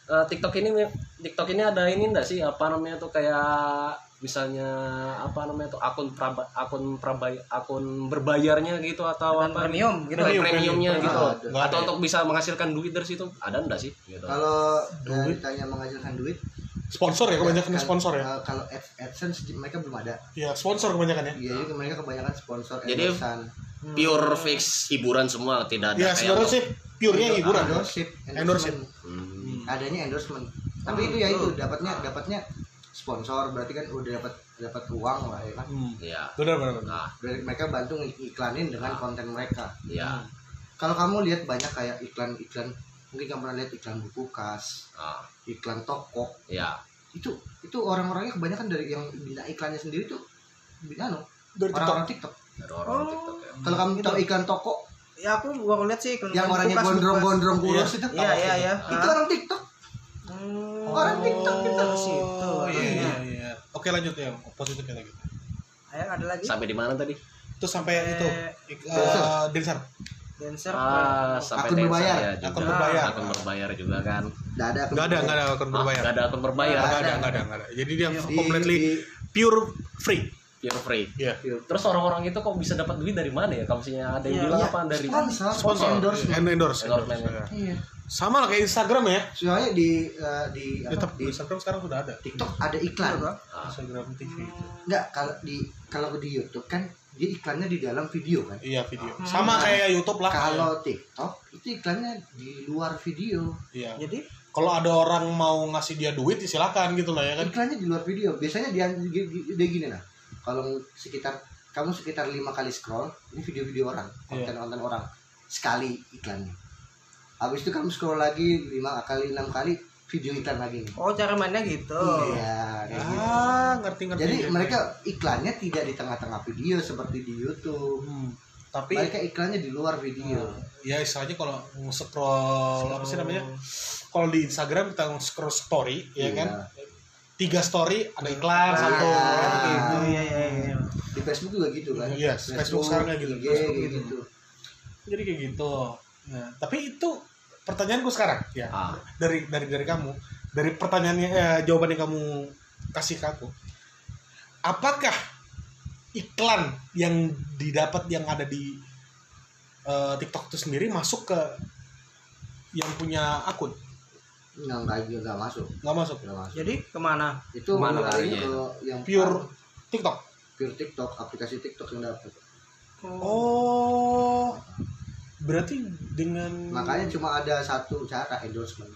eh, TikTok ini TikTok ini ada ini enggak sih apa namanya tuh kayak misalnya apa namanya tuh akun praba, akun prabay, akun berbayarnya gitu atau Dan apa premium gitu. Premium, premium. premiumnya gitu Ah, loh. nggak Atau ada. untuk bisa menghasilkan duit dari situ ada enggak sih gitu. Kalau Duit. ditanya menghasilkan duit, Sponsor ya kebanyakan kan, sponsor ya. eh, kalau Ad- AdSense mereka belum ada. Iya, sponsor kebanyakan ya. Iya, jadi mereka kebanyakan sponsor Jadi, endorsan. Pure fix hiburan semua tidak ada Iya, sebenarnya sih pure-nya hiburan. Endorsement. Endorsement. Hmm. Adanya endorsement. Tapi itu ya itu dapatnya dapatnya sponsor, berarti kan udah dapat dapat uang lah ya kan. Hmm. Iya. Benar benar. benar. Nah, Dari mereka bantu iklanin dengan konten mereka. iya. Kalau kamu lihat banyak kayak iklan-iklan, mungkin kamu pernah lihat iklan buku kas, Ah, iklan toko, iya. itu itu orang-orangnya kebanyakan dari yang bina iklannya sendiri tuh bina no, Dari TikTok. orang-orang TikTok. Dari orang TikTok ya. Kalau kamu tahu iklan toko Ya aku baru lihat sih iklan yang bukas, orangnya bukas. gondrong-gondrong kurus itu, Iya iya iya. itu orang TikTok. Hmm. Orang TikTok itu. Situ. Oh, iya iya iya. Oke lanjut ya, positifnya lagi. Ayo ada lagi. Sampai di mana tadi? Itu sampai Eh, itu ik- eh, dancer. Dancer. Ah, sampai Akun dancer berbayar. ya juga. Akun berbayar. Akun berbayar juga kan. Nggak ada. Enggak ada, enggak ada akun berbayar. Enggak ada akun berbayar. Enggak Nggak ada, ada. enggak ada, enggak ada. Jadi dia Di- completely di- pure free. Pure free. Iya. Terus orang-orang itu kok bisa dapat duit dari mana ya? Kalau misalnya ada yang Iya, bilang iya. apa dari Sponsor, Sponsor, endorsement. And endorse, Endorsement. endorse. Iya. Sama lah kayak Instagram ya. Soalnya di eh, di Ya, apa, tapi di Instagram sekarang sudah ada. TikTok ada iklan. Iya, Ah, Instagram T V. Enggak, kalau di kalau di YouTube kan dia iklannya di dalam video kan. Iya, video. Sama kayak YouTube lah. Kalau TikTok itu iklannya di luar video. Iya. Jadi Kalau ada orang mau ngasih dia duit, ya silakan gitu lah ya kan. Iklannya di luar video. Biasanya dia dia gini nah. Kalau sekitar kamu sekitar lima kali scroll, ini video-video orang, konten-konten orang sekali iklannya. Habis itu kamu scroll lagi lima kali, enam kali video iklan lagi nih. oh cara mainnya gitu. Iya, kayak gitu. Ah, ngerti-ngerti. Jadi mereka iklannya tidak di tengah-tengah video seperti di YouTube. Hmm, tapi Mereka iklannya di luar video. ya istilahnya kalau scroll apa sih namanya? Kalau di Instagram kita scroll story, ya Iya. kan? Tiga story ada iklan satu. Iya. Kayak gitu. Oh iya iya iya. Di Facebook juga gitu kan. Iya, Facebook sekarang kayak gitu. I G Facebook kayak gitu. gitu. Jadi kayak gitu. Nah, tapi itu pertanyaanku sekarang ya. ah. Dari dari dari kamu, dari pertanyaannya eh, jawaban yang kamu kasih ke aku. Apakah iklan yang didapat yang ada di eh, TikTok itu sendiri masuk ke yang punya akun? Nggak, nggak, nggak masuk. Nggak masuk. Nggak masuk. Jadi kemana? Itu Mana kembali larinya ke yang Pure TikTok. pure TikTok, aplikasi TikTok yang dapat. Oh. Berarti dengan Makanya cuma ada satu cara endorsement.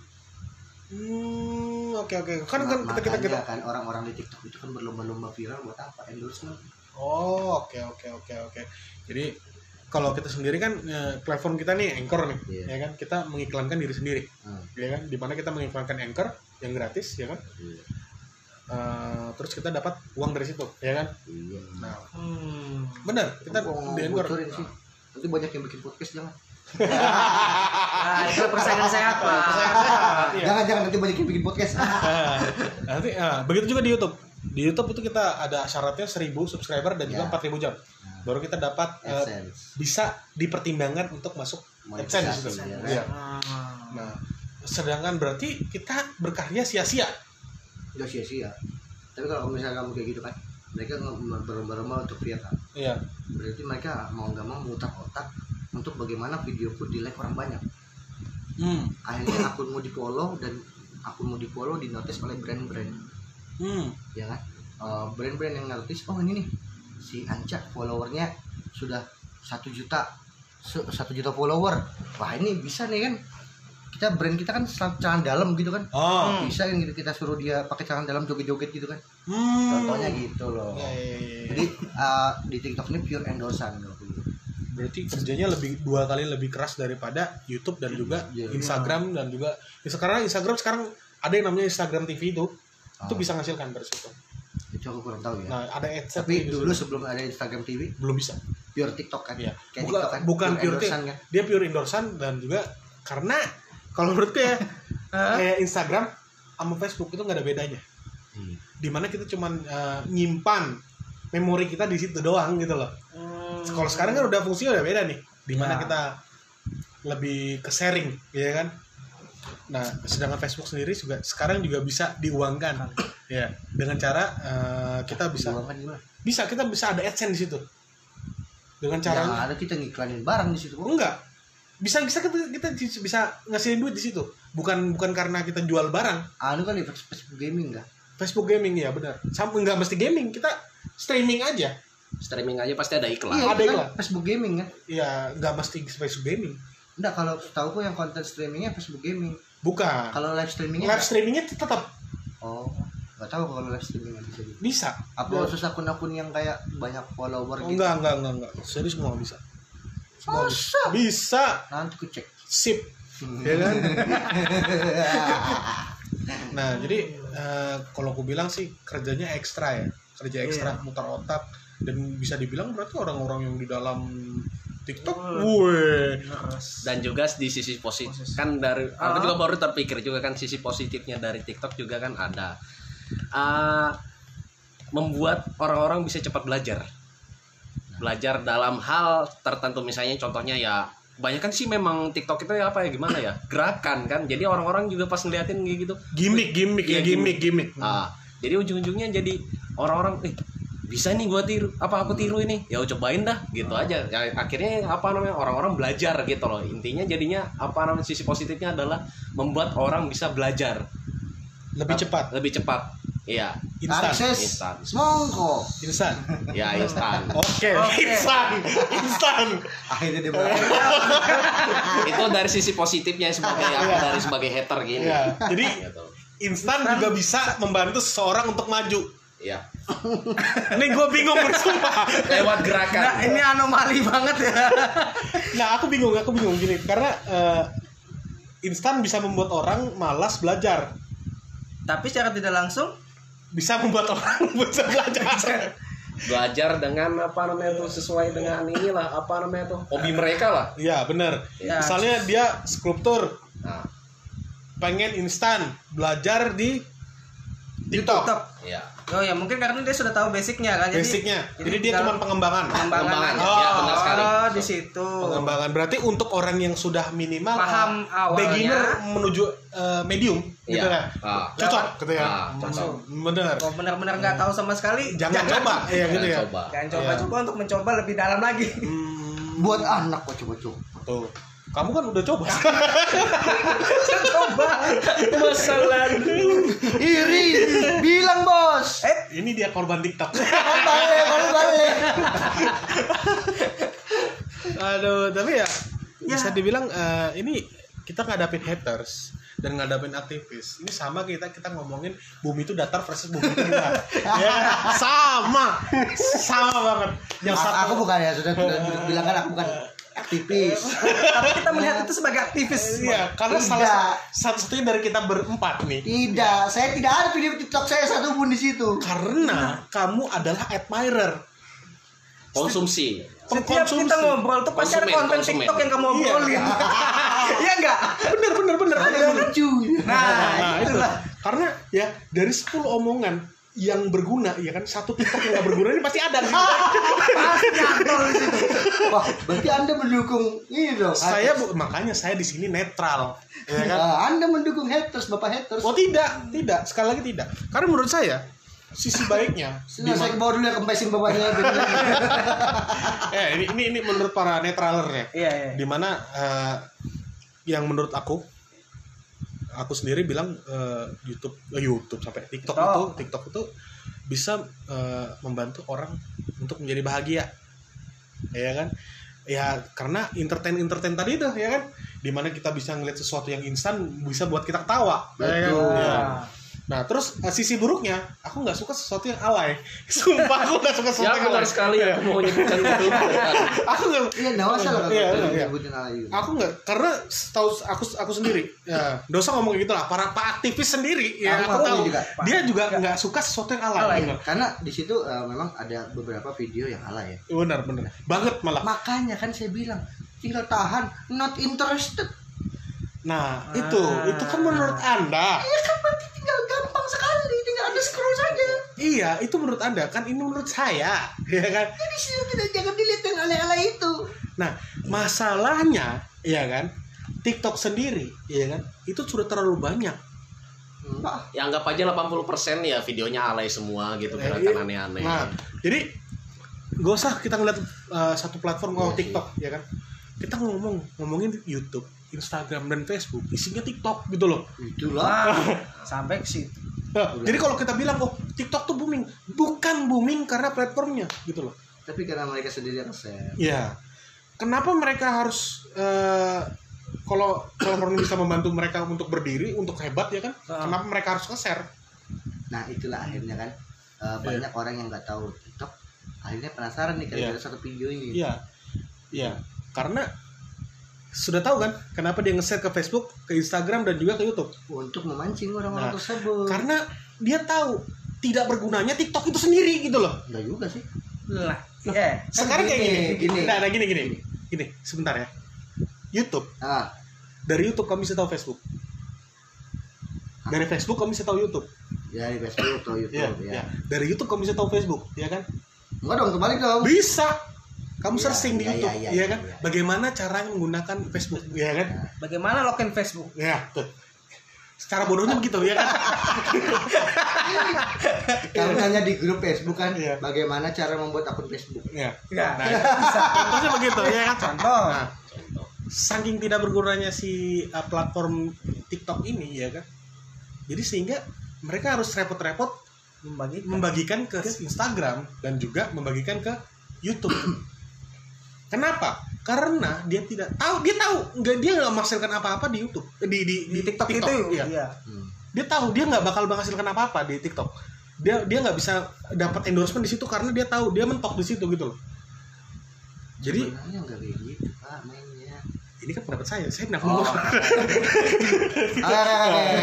Hmm, oke oke. Kan kan kita kita kita Makanya kan orang-orang di TikTok itu kan berlomba-lomba viral buat apa? Endorsement. Oh, oke oke oke oke. Jadi kalau kita sendiri kan eh, platform kita nih Anchor nih, Iya. ya kan? Kita mengiklankan diri sendiri, Hmm. ya kan? Dimana kita mengiklankan Anchor yang gratis, ya kan? Iya. Eh, terus kita dapat uang dari situ, ya kan? Iya. Nah, Hmm. benar. Kita Kita mau di Anchor. bocorin sih. Nanti banyak yang bikin podcast jangan. Nah, itu persaingan sehat, Pak. Iya. Jangan jangan nanti banyak yang bikin podcast. Nah, nanti ah, begitu juga di YouTube. Di YouTube itu kita ada syaratnya seribu subscriber dan juga Ya. empat ribu jam. Baru kita dapat eh, AdSense. bisa dipertimbangkan untuk masuk AdSense Monetisasi, itu. ya. Iya. Ah. Nah, sedangkan berarti kita berkarya sia-sia. Udah sia-sia. Tapi kalau misalnya kamu kayak gitu kan, mereka nge- berlomba-lomba untuk viral. Iya. Berarti mereka mau nggak mau mutar otak untuk bagaimana videoku di like orang banyak. Hmm. Akhirnya akunmu di follow dan akunmu di follow di notice oleh brand-brand, Hmm. ya kan? Eh, brand-brand yang notice, oh ini nih si Anca followernya sudah satu juta, se- satu juta follower. Wah ini bisa nih kan? Kita brand kita kan sel- celana dalam gitu kan? Oh. Bisa kan gitu kita suruh dia pakai celana dalam joget-joget gitu kan? Hmm. Contohnya gitu loh. Ya, ya, ya, ya. Jadi eh, di TikTok ini pure endorsan gitu. Berarti kerjanya lebih dua kali lebih keras daripada YouTube dan juga Iya. Instagram dan juga ya, sekarang Instagram sekarang ada yang namanya Instagram T V itu. Itu Oh. bisa ngasilkan dari situ. Itu aku kurang tahu ya. Nah, ada AdSense Tapi di dulu situ. sebelum ada Instagram T V, belum bisa. pure TikTok kan? Iya. Kayak Bukan TikTok kan? bukan pure, endorsan kan? dia pure endorsan dan juga karena kalau menurutku ya kayak Instagram sama Facebook itu nggak ada bedanya. Hmm. Dimana kita cuman eh, nyimpan memori kita di situ doang gitu loh. Hmm. Kalau sekarang kan udah fungsinya udah beda nih. Dimana Ya. kita lebih ke sharing, ya kan? Nah, sedangkan Facebook sendiri juga sekarang juga bisa diuangkan, ya, dengan cara uh, kita bisa, Diuangkan gimana? bisa kita bisa ada AdSense di situ, dengan cara Ya, ada kita ngiklanin barang di situ. enggak, bisa bisa kita, kita bisa ngasihin duit di situ, bukan bukan karena kita jual barang. Anu kan di Facebook gaming enggak? Facebook gaming ya benar, sama enggak mesti gaming, kita streaming aja, Streaming aja pasti ada iklan. Iya, ada itu kan iklan. Facebook gaming kan? ya enggak mesti Facebook gaming, Enggak, kalau tahu yang konten streamingnya Facebook gaming. bukan. Kalau live streamingnya Live enggak? streamingnya tetap Oh, enggak tahu kalau live streamingnya bisa gitu. bisa. Apa khusus akun-akun yang kayak banyak follower Oh, gitu? enggak enggak enggak enggak, serius semua bisa. Semua bisa. Masa? Bisa. Nanti ku cek. Sip, ya kan? Nah, jadi eh, kalau aku bilang sih kerjanya ekstra ya, kerja ekstra, mutar otak, dan bisa dibilang berarti orang-orang yang di dalam TikTok, weh, Dan juga di sisi positif kan dari aku juga baru terpikir juga kan sisi positifnya dari TikTok juga kan ada uh, membuat orang-orang bisa cepat belajar belajar dalam hal tertentu, misalnya contohnya ya banyak kan sih memang TikTok itu ya apa ya gimana ya gerakan kan, jadi orang-orang juga pas ngeliatin gitu gimmick, gimmick ya, Iya, gimmick, gimmick. ah jadi ujung-ujungnya jadi orang-orang eh bisa nih gua tiru apa aku tiru ini ya cobain dah gitu aja ya, akhirnya apa namanya orang-orang belajar gitu loh, intinya jadinya apa namanya sisi positifnya adalah membuat orang bisa belajar Lebih cepat, lebih cepat iya instan, Akses Instan. semongko. instan. ya instan Oke, instan, instan. Akhirnya dia berani. itu dari sisi positifnya sebagai aku dari sebagai hater gini Ya, jadi gitu. instan juga bisa membantu seseorang untuk maju. Iya. Ini gue bingung bersumpah. Lewat gerakan. Nah, ini anomali banget ya. Nah, aku bingung, aku bingung gini karena eh, instan bisa membuat orang malas belajar, Tapi secara tidak langsung bisa membuat orang bisa belajar. Belajar dengan apa namanya tuh sesuai dengan inilah apa namanya tuh hobi mereka lah. Iya, benar. Ya. Misalnya dia skulptur, Nah, pengen instan belajar di TikTok. TikTok. iya. Oh ya mungkin karena dia sudah tahu basicnya kan. Jadi, Basicnya. Jadi dia tinggal cuma pengembangan. pengembangan. Pengembangan, aja. ya, benar sekali. Oh, di situ. Pengembangan berarti untuk orang yang sudah minimal Paham uh, awalnya. beginner menuju uh, medium gitu Iya. ya. Ah. Cocok gitu ya. Ah, cocok. Benar. Kalau benar-benar nggak tahu sama sekali, Jangan coba, iya gitu ya. Coba. Jangan coba Iya. coba untuk mencoba lebih dalam lagi. Hmm, Buat anak kok coba-coba. tuh. Kamu kan udah coba. coba. Masa lalu. Iri, bilang bos. Eh, Ini dia korban TikTok. Balik, balik, balik. Aduh, tapi ya, Ya. bisa dibilang eh, ini kita ngadapin haters dan ngadapin aktivis. Ini sama kita kita ngomongin bumi itu datar versus bumi itu bulat. Ya, sama. Sama banget. Yang A- satu aku bukan ya, sudah sudah bilang kan aku bukan aktivis. tapi kita melihat itu sebagai aktivis. Iya, karena Tidak. salah satu-satunya dari kita berempat nih. Tidak, saya tidak ada video TikTok saya satu pun di situ. Karena kamu adalah admirer. Konsumsi. Setiap Pengkonsumsi. kita ngobrol tuh pasti ada Konsumen, konten konsumen. TikTok yang kamu obrolin. Iya enggak? Bener bener bener. Ada yang lucu. Nah, Nah, itu itulah. karena ya dari sepuluh omongan yang berguna, ya kan, satu TikTok yang gak berguna ini pasti ada. Pasti nyantol di situ. Wah, berarti Anda mendukung ini dong. Saya bu- makanya saya di sini netral, ya kan? Ah, Anda mendukung haters, Bapak haters. Oh tidak, tidak, sekali lagi tidak. Karena menurut saya sisi baiknya, Sudah saya ke bawah dulu ya, kempesin bapaknya. eh ini ini ini menurut para netraler ya, Iya, iya. dimana eh, yang menurut aku, aku sendiri bilang eh, YouTube, eh, YouTube sampai TikTok TikTok. itu, TikTok itu bisa eh, membantu orang untuk menjadi bahagia, ya kan? Ya karena entertain entertain tadi itu, ya kan? Dimana kita bisa ngeliat sesuatu yang instan bisa buat kita ketawa, ya kan? Betul. Ya. Nah terus eh, sisi buruknya, aku nggak suka sesuatu yang alay. Sumpah aku nggak suka sesuatu Ya yang benar alay. sekali ya mau menyebutkan itu. Aku nggak. Iya, enggak masalah kalau Iya, kalau iya. nyebutin hal itu. Aku nggak, karena tahu aku aku sendiri. Ya, dosa ngomong gitu lah. Para pak aktivis sendiri, ya Aku aku tahu. juga. Dia juga nggak suka sesuatu yang alay. Alay. Bener. Karena di situ eh, memang ada beberapa video yang alay ya. Benar, benar. Banget malah. Makanya kan saya bilang tinggal tahan, not interested. Nah itu, Ah. itu kan menurut anda. Ya kan berarti tinggal gampang sekali, tinggal Anda scroll saja. Iya, itu menurut anda. Kan ini menurut saya, ya kan? Jadi sih tidak jangan dilihat yang alay-alay itu. Nah masalahnya, ya kan? TikTok sendiri, ya kan, itu sudah terlalu banyak. Enggak. Ya anggap aja delapan puluh persen ya videonya alay semua gitu, Eh, gerakan iya. aneh-aneh. Nah, jadi gak usah kita ngeliat uh, satu platform oh Iya TikTok, ya kan. Kita ngomong ngomongin YouTube, Instagram dan Facebook, isinya TikTok gitu loh. Itulah. Sampai ke situ. Nah, jadi kalau kita bilang oh TikTok tuh booming, bukan booming karena platformnya gitu loh. Tapi karena mereka sendiri yang share. Ya, kenapa mereka harus uh, kalau platform ini bisa membantu mereka untuk berdiri, untuk hebat ya kan? Ah. Kenapa mereka harus nge-share? Nah itulah akhirnya kan uh, banyak orang yang nggak tahu TikTok, akhirnya penasaran nih gara-gara Iya. satu video ini. Iya, iya, karena sudah tahu kan kenapa dia nge-share ke Facebook, ke Instagram dan juga ke YouTube? Untuk memancing orang-orang Nah, tersebut. Karena dia tahu tidak bergunanya TikTok itu sendiri gitu loh. Enggak juga sih. Lah, ya. Sekarang kayak gini, gini. Nah, nah gini gini, gini, sebentar ya. YouTube, Ah, dari YouTube kamu bisa tahu Facebook. Dari Facebook kamu bisa tahu YouTube. ya di Facebook atau YouTube Iya, ya. iya. Dari YouTube kamu bisa tahu Facebook, ya kan? Enggak dong, kebalik dong. Bisa. Kamu Iya, searching di iya, YouTube, iya, ya iya, kan? iya. Bagaimana caranya menggunakan Facebook, ya kan? Bagaimana login Facebook? Ya, tuh. Secara bodohnya begitu, ya kan? Kalau tanya di grup Facebook kan, Iya. bagaimana cara membuat akun Facebook? Ya. Ya. Nah, contohnya begitu, ya kan? Contoh. Nah, saking tidak bergunanya si uh, platform TikTok ini, ya kan? Jadi sehingga mereka harus repot-repot Membagi. membagikan ke Instagram dan juga membagikan ke YouTube. Kenapa? Karena dia tidak tahu, dia tahu nggak dia nggak menghasilkan apa-apa di YouTube, di di, Di TikTok, itu. Iya. Iya. Hmm. Dia tahu dia nggak bakal menghasilkan apa-apa di TikTok. Dia dia nggak bisa dapat endorsement di situ karena dia tahu dia mentok di situ gitu loh. Jadi Sebenarnya enggak kayak gitu, Pak, mainnya. ini kan pendapat saya, saya tidak Oh. ngomong. Oke, oke,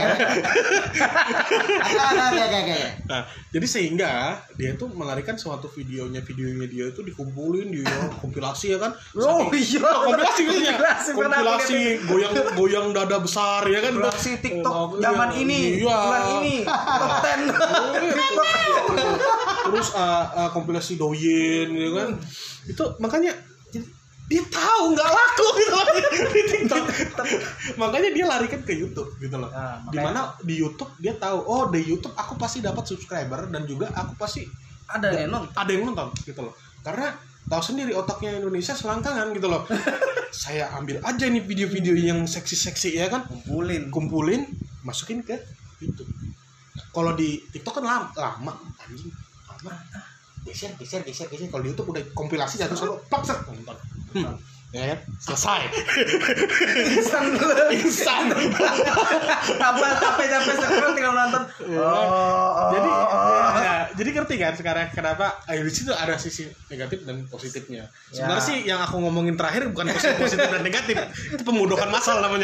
oke, oke, oke, oke. Nah, jadi sehingga dia tuh melarikan suatu videonya videonya dia itu dikumpulin dia kompilasi ya kan. Oh Saking- iya. Oh, kompilasi biasanya. Kompilasi, pernah aku Kompilasi goyang goyang dada besar ya kan. Kompilasi TikTok Oh, iya. zaman ini, Iya. bulan ini, top sepuluh. Terus uh, uh, kompilasi doyen gitu kan. Itu makanya jadi, dia tahu nggak laku gitu loh di TikTok. Makanya dia larikan ke YouTube gitu loh. Nah, makanya- Dimana di YouTube dia tahu oh di YouTube aku pasti dapat subscriber dan juga aku pasti Ada yang nonton. ada yang nonton gitu loh. Karena tahu sendiri otaknya Indonesia selangkangan gitu loh. Saya ambil aja nih video-video yang seksi-seksi ya kan, Kumpulin. kumpulin, masukin ke YouTube. Kalau di TikTok kan lama, lama anjing, lama. Geser, geser, geser, geser. Kalau di YouTube udah kompilasi jatuh selalu plak set nonton. Hmm. Ya kan? Selesai. Instan. Instan. Apa capek-capek scroll tinggal nonton. Oh. Jadi oh. ya, jadi ngerti kan sekarang kenapa eh, di situ ada sisi negatif dan positifnya. Sebenarnya Ya. sih yang aku ngomongin terakhir bukan positif, positif dan negatif, itu pemudokan masal namanya.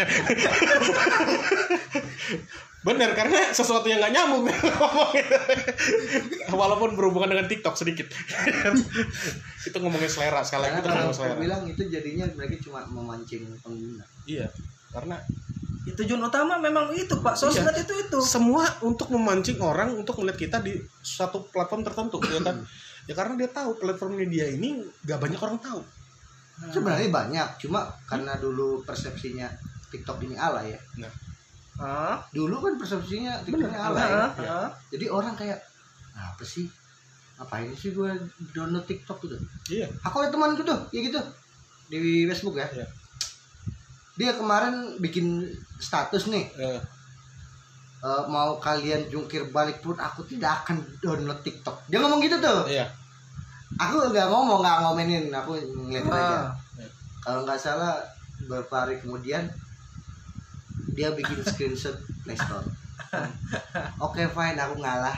Benar, karena sesuatu yang nggak nyambung ngomongin. Walaupun berhubungan dengan TikTok sedikit. Itu ngomongin selera, sekali lagi Karena itu kalau ngomongin aku selera. bilang itu jadinya mereka cuma memancing pengguna. Iya, karena Tujuan utama memang itu Pak. Sosmed itu itu. semua untuk memancing orang untuk melihat kita di suatu platform tertentu, ya kan? Ya karena dia tahu platformnya dia ini nggak banyak orang tahu. Sebenarnya banyak, cuma karena dulu persepsinya TikTok ini alay ya. Nah, Hah? Dulu kan persepsinya TikToknya Bener. alay. Hah? Ya. Hah? Jadi orang kayak "Nah, apa sih? Ngapain sih gue download TikTok gitu?" iya. Aku ada temanku tuh, ya gitu di Facebook ya. Iya. Dia kemarin bikin status nih, Eh, e, mau kalian jungkir balik pun aku tidak akan download TikTok. Dia ngomong gitu tuh. iya. Aku nggak ngomong, nggak ngomenin, aku ngeliat aja. Ah. Kalau nggak salah beberapa hari kemudian dia bikin screenshot Playstore. Oke fine, aku ngalah.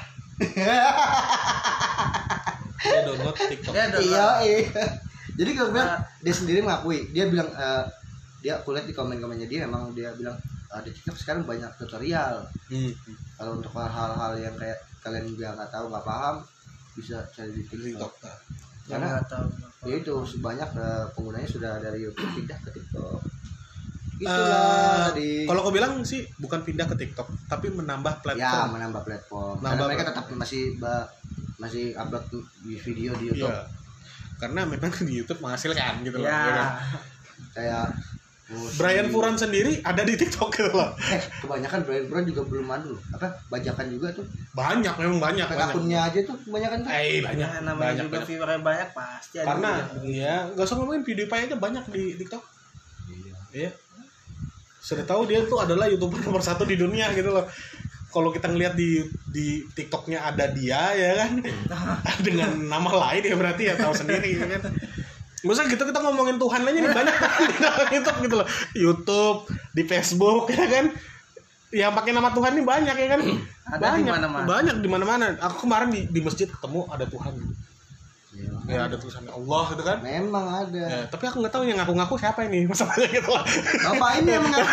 Dia download TikTok. Dia download. Iya, iya. Jadi kalau bilang Ah. dia sendiri mengakui, dia bilang eh, dia aku lihat di komen-komennya dia memang dia bilang "Ah, di TikTok sekarang banyak tutorial. Hmm. Kalau untuk hal-hal yang kayak kalian nggak nggak tahu nggak paham bisa cari di TikTok. TikTok. Yang Karena nggak tahu. ya itu sebanyak eh, penggunanya sudah dari YouTube pindah ke TikTok. Eh, Itulah di Kalau aku bilang sih bukan pindah ke TikTok, tapi menambah ya platform. menambah platform. Nambah Karena mereka platform. tetap masih ba- masih upload di video di YouTube. Iya. Karena memang di YouTube menghasilkan gitu loh. Ya. ya kan? Kayak Oh, Brian si- Furan sendiri ada di TikTok gitu loh. Eh, kebanyakan Brian Furan juga belum ada loh. Apa? Bajakan juga tuh. Banyak, memang banyak. Kayak banyak. akunnya aja tuh kebanyakan tuh. Eh, banyak. Ya, namanya banyak, juga banyak. viewernya banyak pasti ada. Karena juga. ya nggak usah ngomongin PewDiePie aja banyak di TikTok. Iya. Sudah tahu dia tuh adalah YouTuber nomor satu di dunia gitu loh. Kalau kita ngelihat di di TikToknya ada dia ya kan dengan nama lain ya berarti ya tahu sendiri ya kan. Masa gitu kita ngomongin Tuhan aja nih banyak di YouTube gitu loh. YouTube, di Facebook ya kan. Yang pakai nama Tuhan nih banyak ya kan. Ada di banyak, mana-mana. banyak di mana-mana. Aku kemarin di, di masjid ketemu ada Tuhan. Ya ada tulisannya Allah gitu kan. Memang ada. Ya, tapi aku nggak tahu yang ngaku-ngaku siapa ini masalahnya gitu lah. Bapak ini yang mengaku.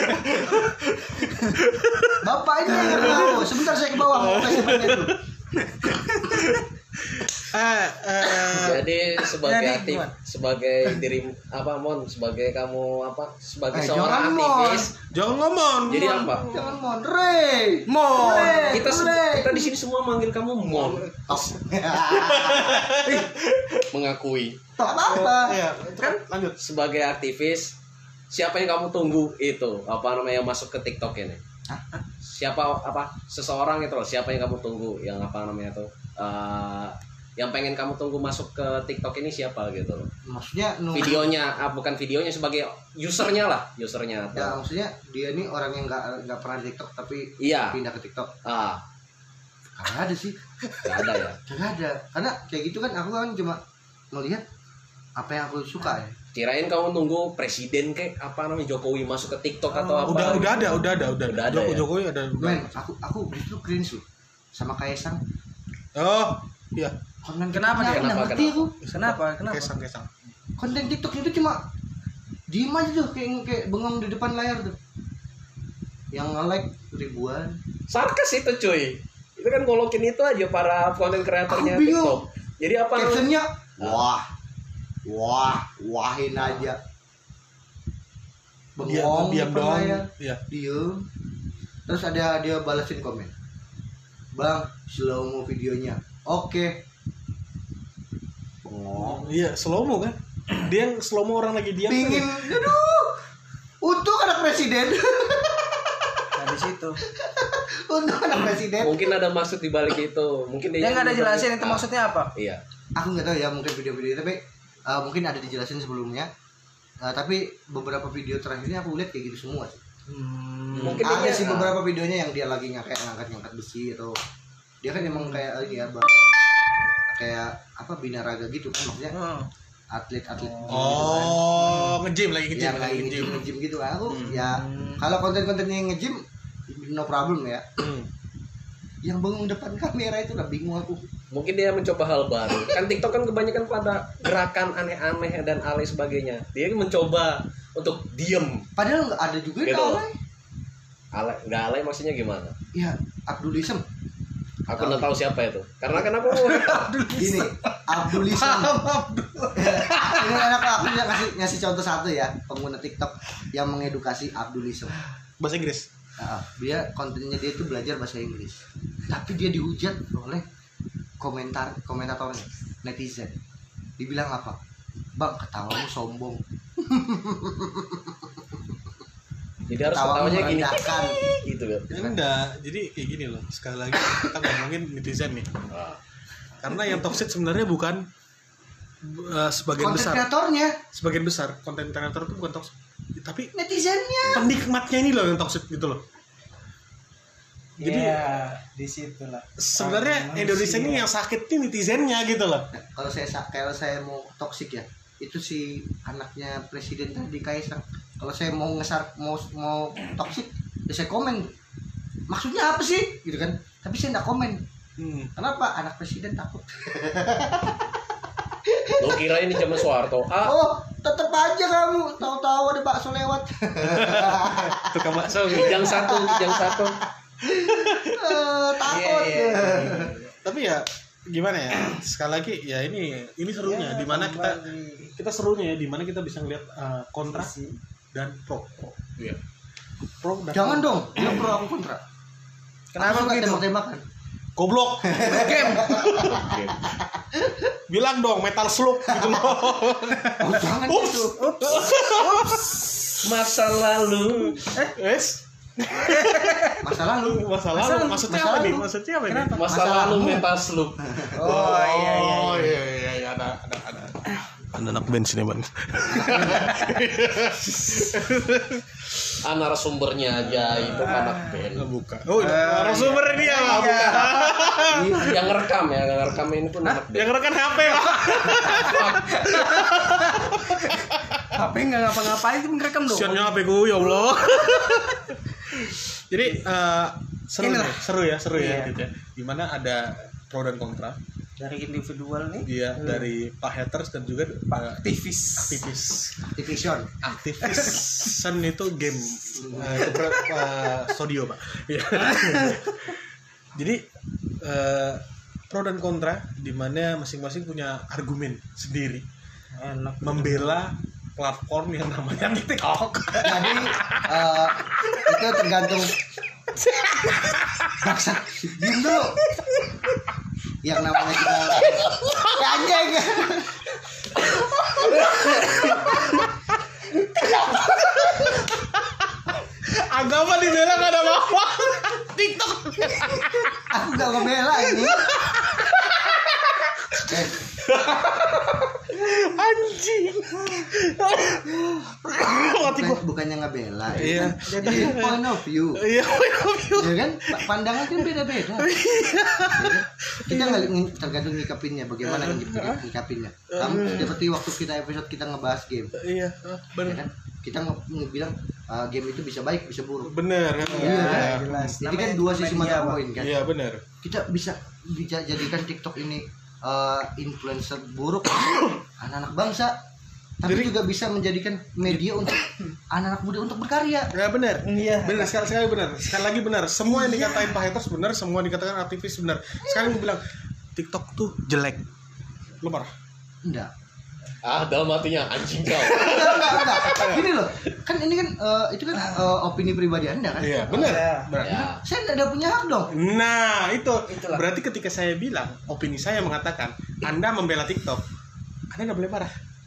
Bapak ini yang mengaku. Sebentar saya ke bawah mau kasih dulu. Eh, eh, Jadi sebagai Jadi aktif, gimana? sebagai diri apa Mon, sebagai kamu apa, sebagai Eh, seorang jangan, aktivis. jangan ngomong. Jadi apa? Jangan mon, Rey. Mon. Rey, Kita se- Rey. kita di sini semua manggil kamu Mon, mengakui. Tak apa-apa. Iya, kan lanjut. Sebagai aktivis, siapa yang kamu tunggu itu? Apa namanya yang masuk ke TikTok ini? Siapa apa? Seseorang itu loh. Siapa yang kamu tunggu? Yang apa namanya tuh? Eh, yang pengen kamu tunggu masuk ke TikTok ini siapa gitu loh? Maksudnya nu- Videonya, ah, bukan videonya, sebagai usernya lah, usernya. Ya, Atau, maksudnya dia ini orang yang nggak nggak pernah di TikTok tapi iya. pindah ke TikTok. Ah, Kagak ada sih. nggak ada ya. Kagak ada. Karena kayak gitu kan aku kan cuma melihat apa yang aku suka ya. Kirain kamu nunggu presiden kayak apa namanya Jokowi masuk ke TikTok atau apa? Udah udah ada, udah ada, udah. Udah ada Joko- ya? Jokowi ada. Men, aku aku justru cringe loh sama Kaisang. Oh, iya. Konten Kenapa TikToknya dia? aku nggak Kenapa, ngerti kenapa? aku. Kenapa? Kenapa? Kesang, kesang. Konten TikTok itu cuma diem aja tuh kayak kayak bengong di depan layar tuh. Yang nge-like ribuan. Sarkas itu cuy. Itu kan ngolokin itu aja para konten kreatornya Aku bingung. TikTok. Jadi apa namanya? Captionnya wah. Wah, wahin aja. Dia Bengong diam depan doang. layar. Iya. Diem. Terus ada dia balasin komen. Bang, slow mo videonya. Oke. Bengong. Iya, slow mo kan. Dia yang slow mo orang lagi diam. Pingin, aduh. Untuk anak presiden. Nah, di situ. Untuk anak presiden. Mungkin ada maksud di balik itu. Mungkin Dia nggak ada jelasin itu maksudnya apa. Iya. Aku nggak tahu ya mungkin video-video tapi uh, mungkin ada dijelasin sebelumnya. Uh, tapi beberapa video terakhirnya aku lihat kayak gitu semua sih. Hmm. Mungkin Ada dia- sih beberapa videonya yang dia lagi ngangkat ngangkat besi atau dia kan emang kayak ini ya bang, kayak apa binaraga gitu kan maksudnya Hmm. atlet-atlet gym gitu kan. Oh, nge-gym lagi nge-gym, Yang lagi lagi nge-gym. nge-gym nge-gym gitu kan. Aku Hmm. ya kalau konten-kontennya yang nge-gym no problem ya. Hmm. Yang bengong depan kamera itu udah bingung aku. Mungkin dia mencoba hal baru. Kan TikTok kan kebanyakan pada gerakan aneh-aneh dan alay sebagainya. Dia mencoba untuk diem. Padahal nggak ada juga yang Gitu. alay. Alay, nggak alay maksudnya gimana? Ya Abdulism. Aku nggak tahu siapa itu. Karena kan aku Gini, Abdulism. Ini aku aku ngasih ngasih contoh satu ya pengguna TikTok yang mengedukasi Abdulism. Bahasa Inggris. Nah, dia kontennya dia itu belajar bahasa Inggris, tapi dia dihujat oleh komentar komentatornya netizen. Dibilang apa? Bang, ketawamu sombong. jadi harus Ketawamu ketawanya gini. merendahkan. Gitu kan. Ini enggak. Jadi kayak gini loh. Sekali lagi kita ngomongin netizen nih. Karena yang toxic sebenarnya bukan uh, sebagian Konten besar. kreatornya, Sebagian besar konten kreator itu bukan toxic. Tapi netizennya. penikmatnya ini loh yang toxic gitu loh. Jadi ya, di situ lah. sebenarnya Manusia. Indonesia ini yang sakit nih netizennya gitu loh. Nah, kalau saya kalau saya mau toksik ya, itu si anaknya presiden tadi Kaisang. Kalau saya mau ngesar mau mau toksik, ya saya komen. Maksudnya apa sih? Gitu kan. Tapi saya enggak komen. Hmm. Kenapa? Anak presiden takut. Lo kira ini cuma Soeharto? Ah, Oh, tetep aja kamu tahu-tahu ada bakso lewat. Tukang bakso gitu. kijang satu, kijang satu. Eh, takut. Iya, iya. Tapi ya gimana ya? Sekali lagi ya ini ini serunya Ya, di mana kita kembali. kita serunya ya di mana kita bisa ngeliat uh, kontra dan pro. Iya. Pro dan Jangan dong, dia pro aku kontra. Kenapa Aku suka begitu? tembak-tembakan. goblok. Game. Bilang dong Metal Slug gitu loh. Oh, jangan Ups. gitu. Masa lalu. Wes. Masa lalu. Masa lalu. Maksudnya Masa apa lalu. nih? Maksudnya apa nih? Masa, Masa lalu lalu. metas lu. Oh iya iya. Oh iya iya iya ada ada ada. Ada anak band sini, Bang. Ah, narasumbernya aja itu anak band. Buka. Oh, narasumber ini ya, Pak. Bukan. Yang ngerekam ya, yang ngerekam ini pun anak band. Yang rekan H P, Pak. H P nggak ngapa-ngapain itu ngerekam dong. Siannya H P ku, ya Allah. Jadi eh, seru Inilah. nih, seru ya, seru ya Iya. gitu ya. Dimana ada pro dan kontra. Dari individual nih. Dia dari Pak Haters dan juga Pak Aktivis. aktivis. Activision. Aktivis Sun itu game eh, itu pro- eh, studio, Pak. Iya. Jadi eh, pro dan kontra di mana masing-masing punya argumen sendiri Enak. membela platform yang namanya TikTok. Jadi eh, itu tergantung. Bangsat, diam dulu. Yang namanya kita ya, anjing. Agama dibela gak ada apa-apa. TikTok. Aku gak ngebela ini. Eh, Anjing. Mati bukan, gua. bukannya ngebela. Iya. Jadi point of view. Iya, Ya kan Pa- pandangan kan beda-beda. Ya kan? Kita nggak ng- tergantung nyikapinnya bagaimana nyik- nyikapinnya. Kamu seperti waktu kita episode kita ngebahas game, iya, ya benar. kan? Kita nge- ngebilang uh, game itu bisa baik bisa buruk. Benar. Iya, jelas. Jadi kan Namanya dua sisi media, mata Bang. koin kan. Iya, benar. Kita bisa bisa jadikan TikTok ini uh, influencer buruk anak-anak bangsa. Tapi Jadi- juga bisa menjadikan media untuk anak-anak muda untuk berkarya. Ya benar. Iya. Benar sekali sekali benar. Sekali lagi benar. Semua yang dikatain Pak Haters benar, semua yang dikatakan aktivis benar. Sekarang gue bilang TikTok tuh jelek. Lu marah? Enggak. Ah, dalam hatinya anjing kau. enggak, enggak, enggak. Gini loh, kan ini kan eh, itu kan eh, opini pribadi Anda kan? Iya, benar. Iya. Benar. Ya. Saya tidak ada punya hak dong. Nah, itu. Itulah. Berarti ketika saya bilang, opini saya mengatakan Anda membela TikTok, Anda nggak boleh marah.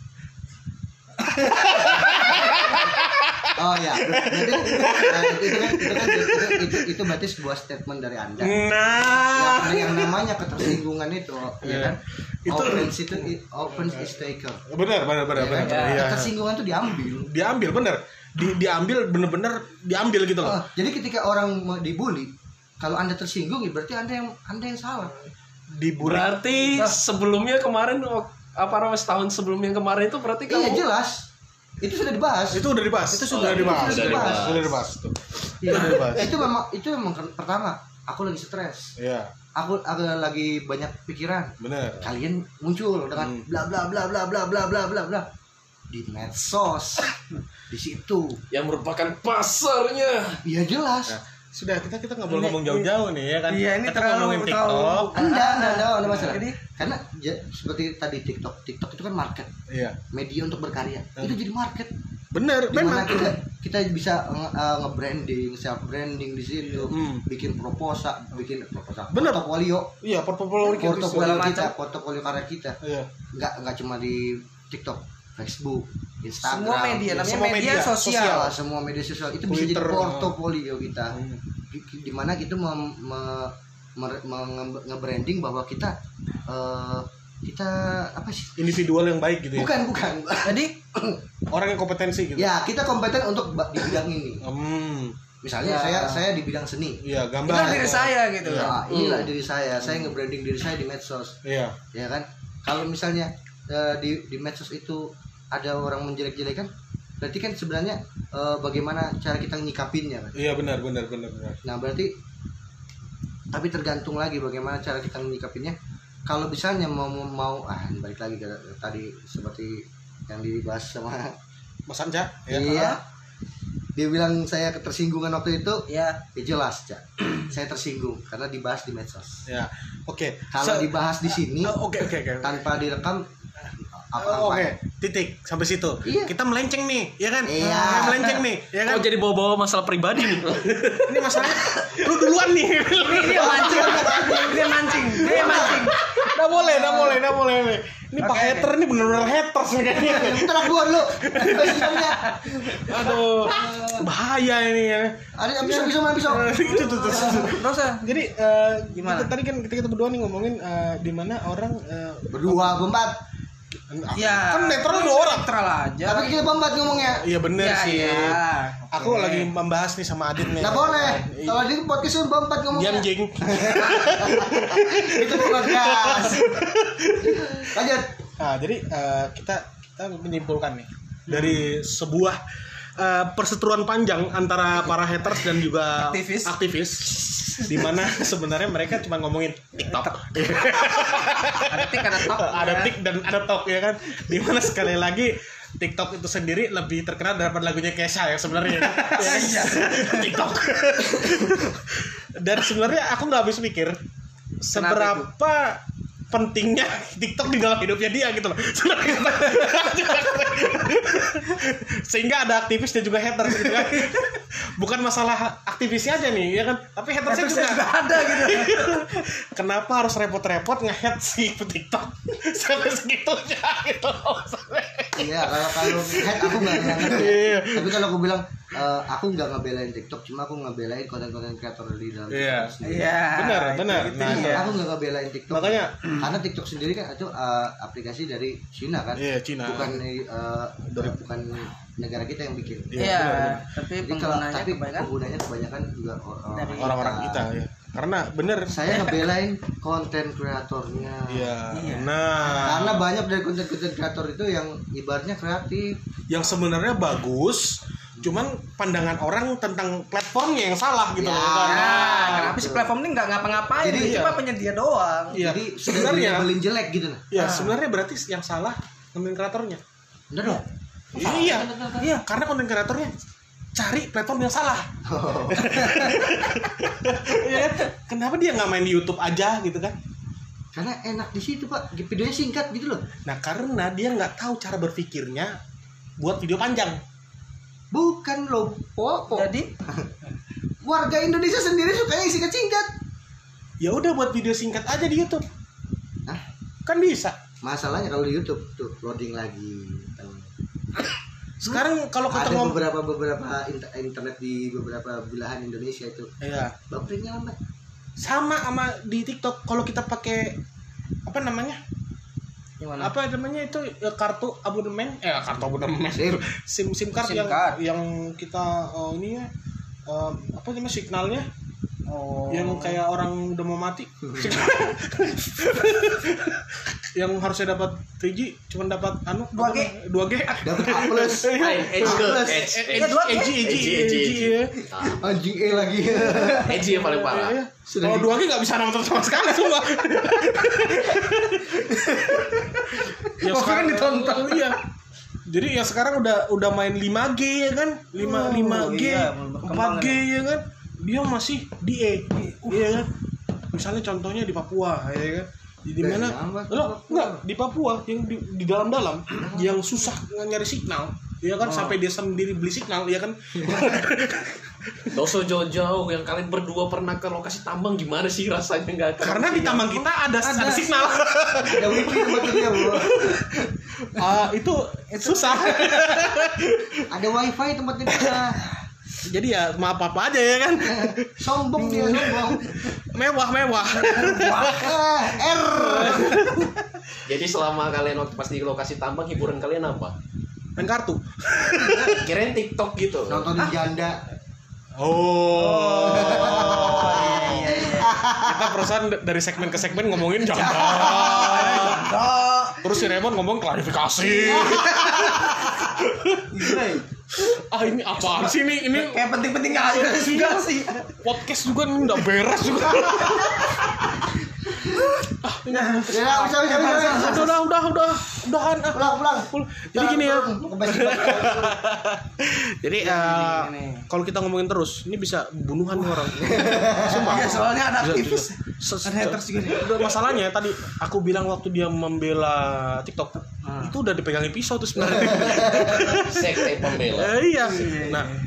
Oh ya, berarti eh, itu kan itu kan itu, itu, itu berarti sebuah statement dari Anda. Nah, Yang, yang namanya ketersinggungan itu, ya kan? Itu- Offense itu offense is taken. benar, benar, benar, Ya benar. kan? Iya. Ketersinggungan itu diambil. Diambil, benar. Di, diambil bener-bener diambil gitu loh. Oh, jadi ketika orang mau dibully, kalau Anda tersinggung, ya berarti Anda yang Anda yang salah. Dibully. Berarti sebelumnya kemarin apa namanya setahun sebelumnya kemarin itu berarti kamu Iya jelas. Itu sudah dibahas. Itu udah dibahas. Itu sudah- dibahas. itu sudah dibahas. Sudah dibahas. Tuh. Iya. Sudah dibahas. Itu memang itu memang pertama. Aku lagi stres. Iya, Aku, aku lagi banyak pikiran. benar. Kalian muncul dengan Hmm. bla bla bla bla bla bla bla bla bla di medsos. Di situ. yang merupakan pasarnya. Ya jelas. Nah, sudah kita kita nggak boleh ngomong jauh-jauh nih ya kan. Iya, ini kita terlalu- ngomongin TikTok. terlalu- Anda, anda, anda, ada masalah. Jadi Karena ja- seperti tadi TikTok, TikTok itu kan market, Iya. media untuk berkarya. Itu jadi market. Bener, Dimana memang. kita kita bisa nge- uh, nge-branding, self branding di situ, Hmm. bikin proposal, bikin proposal, Bener. portofolio, Iya, portofolio kita. portofolio segala kita, macam. portofolio karya kita. Iya. Nggak nggak cuma di TikTok, Facebook, Instagram, semua media, ya, namanya semua media, media sosial. ya, semua media sosial itu bisa Twitter, jadi portofolio kita. Hmm. Di- di mana kita mem, me- mer- menge- nge-branding bahwa kita eh, kita apa sih? Individual yang baik gitu ya. Bukan, bukan. Jadi Orang yang kompetensi gitu. Ya, kita kompeten untuk ba- di bidang ini. Hmm. Misalnya Ya. saya saya di bidang seni. Iya, gambar. inilah diri saya gitu. Iya. Nah, inilah diri saya. Saya nge-branding diri saya di medsos, Iya. ya kan? Kalau misalnya eh, di di medsos itu ada orang menjelek-jelekan, berarti kan sebenarnya eh, bagaimana cara kita nyikapinnya kan? Iya, benar, benar, benar, benar. Nah, berarti tapi tergantung lagi bagaimana cara kita menyikapinya. Kalau misalnya mau mau, mau ah balik lagi ke tadi seperti yang dibahas sama Mas Anja, ya. iya. Dia bilang saya ketersinggungan waktu itu, Ya, ya jelas, Cak. Saya tersinggung karena dibahas di medsos. Ya. Oke. Kalau Se- dibahas di sini Oh, Oke, oke, oke. tanpa direkam apa Oh, Oke, titik sampai situ. Iya. Kita melenceng nih, ya kan? Iya. Kita melenceng nih, ya kan? Kok jadi bawa-bawa masalah pribadi nih? Ini masalahnya lu duluan nih. dia mancing, dia mancing, dia mancing. Nggak boleh, nggak boleh, nggak boleh. Ini Pak Hater ini benar-benar haters nih kayaknya. Bentar gua dulu. Sebenarnya. Aduh, bahaya ini ya. Ada yang bisa bisa mana bisa. Itu tuh tuh. Terus ya. Jadi eh, Gimana? kita- tadi kan kita kita berdua nih ngomongin eh, di mana orang eh, Berdua, berempat. Ya. kan netral dua orang. Netral aja. Tapi kita berempat ngomongnya. Iya bener Ya, sih. iya. Aku Oke. lagi membahas nih sama Adit nih. Nggak boleh. Iya. Kalau di podcast berempat ngomongnya. Diam jing. Itu bukan gas. Lanjut. Nah, jadi eh, kita kita menyimpulkan nih dari sebuah eh, perseteruan panjang antara para haters dan juga Aktivis. aktivis di mana sebenarnya mereka cuma ngomongin TikTok. Ada tik ada tok. ada tik dan ada tok ya kan. Di mana sekali lagi TikTok itu sendiri lebih terkenal daripada lagunya Kesha ya sebenarnya. Ya kan? TikTok. Dan sebenarnya aku nggak habis pikir seberapa pentingnya TikTok di dalam hidupnya dia gitu loh. Sehingga ada aktivis dan juga haters gitu kan. Bukan masalah aktivisnya aja nih ya kan, tapi hatersnya juga. juga ada gitu. Kenapa harus repot-repot nge-hate si TikTok sampai segitunya gitu loh. Iya, kalau kalau head aku nggak nggak ngerti. Iya. Tapi kalau aku bilang eh, aku nggak ngebelain TikTok, cuma aku ngebelain konten-konten kreator di dalam Iya. TikTok sendiri. Iya. Benar, benar. Itu Nah, dia. Aku nggak ngebelain TikTok. Makanya- karena TikTok sendiri kan itu eh, aplikasi dari Cina kan. Iya, Cina. Bukan eh, Dari- bukan negara kita yang bikin. Iya, Iya, benar, tapi Jadi kalau penggunanya tapi kebanyakan penggunanya kebanyakan juga or- Dari orang-orang kita ya. Karena bener. Saya ngebelain konten kreatornya. Iya. Iya. Nah, Karena banyak dari konten-konten kreator itu yang ibaratnya kreatif. yang sebenarnya bagus, cuman pandangan orang tentang platformnya yang salah gitu Ya. loh. kan? Nah, kenapa sih platform ini nggak ngapa-ngapain? Jadi, Cuma iya. penyedia doang. Iya. Jadi sudah sebenarnya dilabelin jelek gitu nah. ya Nah. sebenarnya berarti yang salah konten kreatornya. Bener dong? Iya. Iya, karena konten kreatornya cari platform yang salah. Iya kan? Kenapa dia nggak main di YouTube aja gitu kan? Karena enak di situ Pak, videonya singkat gitu loh. Nah, karena dia nggak tahu cara berpikirnya buat video panjang. Bukan loh, po, po. Jadi Warga Indonesia sendiri sukanya yang singkat-singkat. Ya udah buat video singkat aja di YouTube. Hah? Kan bisa. Masalahnya kalau di YouTube tuh loading lagi. Sekarang kalau kita Ada ngomong beberapa beberapa inter- internet di beberapa belahan Indonesia itu ya, baterainya lambat. sama sama di TikTok kalau kita pakai apa namanya? gimana? Apa namanya itu ya, kartu abonemen eh kartu abonemen SIM. sim sim card SIM yang card. yang kita oh, ini ya eh, apa namanya signalnya Oh. yang kayak orang udah mau mati yang harusnya dapat tiga G cuma dapat anu dua G. dua G Dapat A plus. Edge ke Plus. Edge Iya, dua G. Edge Edge Edge, Edge Edge. ya. Anjing E lagi. Edge yang paling parah. Iya. Sudah Kalau di- dua G nggak bisa nonton sama sekali semua. Ya Pokoknya sekarang ditonton. Iya. Jadi ya sekarang udah udah main lima G ya kan? lima Oh, lima G, iya, belum berkembang empat G ya kan? Dia masih di E. Iya kan? Misalnya contohnya di Papua ya kan? Di Dan mana? nambah tuh Loh, Papua. enggak, di Papua yang di, di dalam-dalam yang susah nyari signal. Ya kan Oh. sampai dia sendiri beli signal ya kan? Gak usah jauh-jauh, yang kalian berdua pernah ke lokasi tambang gimana sih rasanya nggak akan Karena di tambang kita ada ada, signal. Ada wifi tempat dia, Bro. Ah, itu susah. Ada wifi tempat dia. Jadi ya maaf apa aja ya kan. Sombong dia, sombong. Mewah mewah. Ah, R. Jadi selama kalian waktu pas di lokasi tambang, hiburan kalian apa? Main kartu. Kirain TikTok gitu. Nontonin janda. Oh. iya iya iya. Kita perusahaan d- dari segmen ke segmen ngomongin janda. Terus si Raymond ngomong klarifikasi. Ah ini apaan sih ini? Ini Kayak penting-penting aja juga sih. podcast juga nih udah beres juga. Ya, bisa bisa bisa. bisa. Udah udah udah udah udahan ah. Pulang, pulang. Pul- Jadi gini ya. Kebas- Jadi Gini, eh, gini. kalau kita ngomongin terus, ini bisa bunuhan nih orang. Sumpah. Iya, soalnya ada Bisa, aktivis. bisa. Se- Ada haters juga nih. Udah, masalahnya tadi aku bilang waktu dia membela TikTok Ah. itu udah dipegangin pisau tuh sebenarnya. Sekte pembela. Eh, iya. Iya, Nah, iya.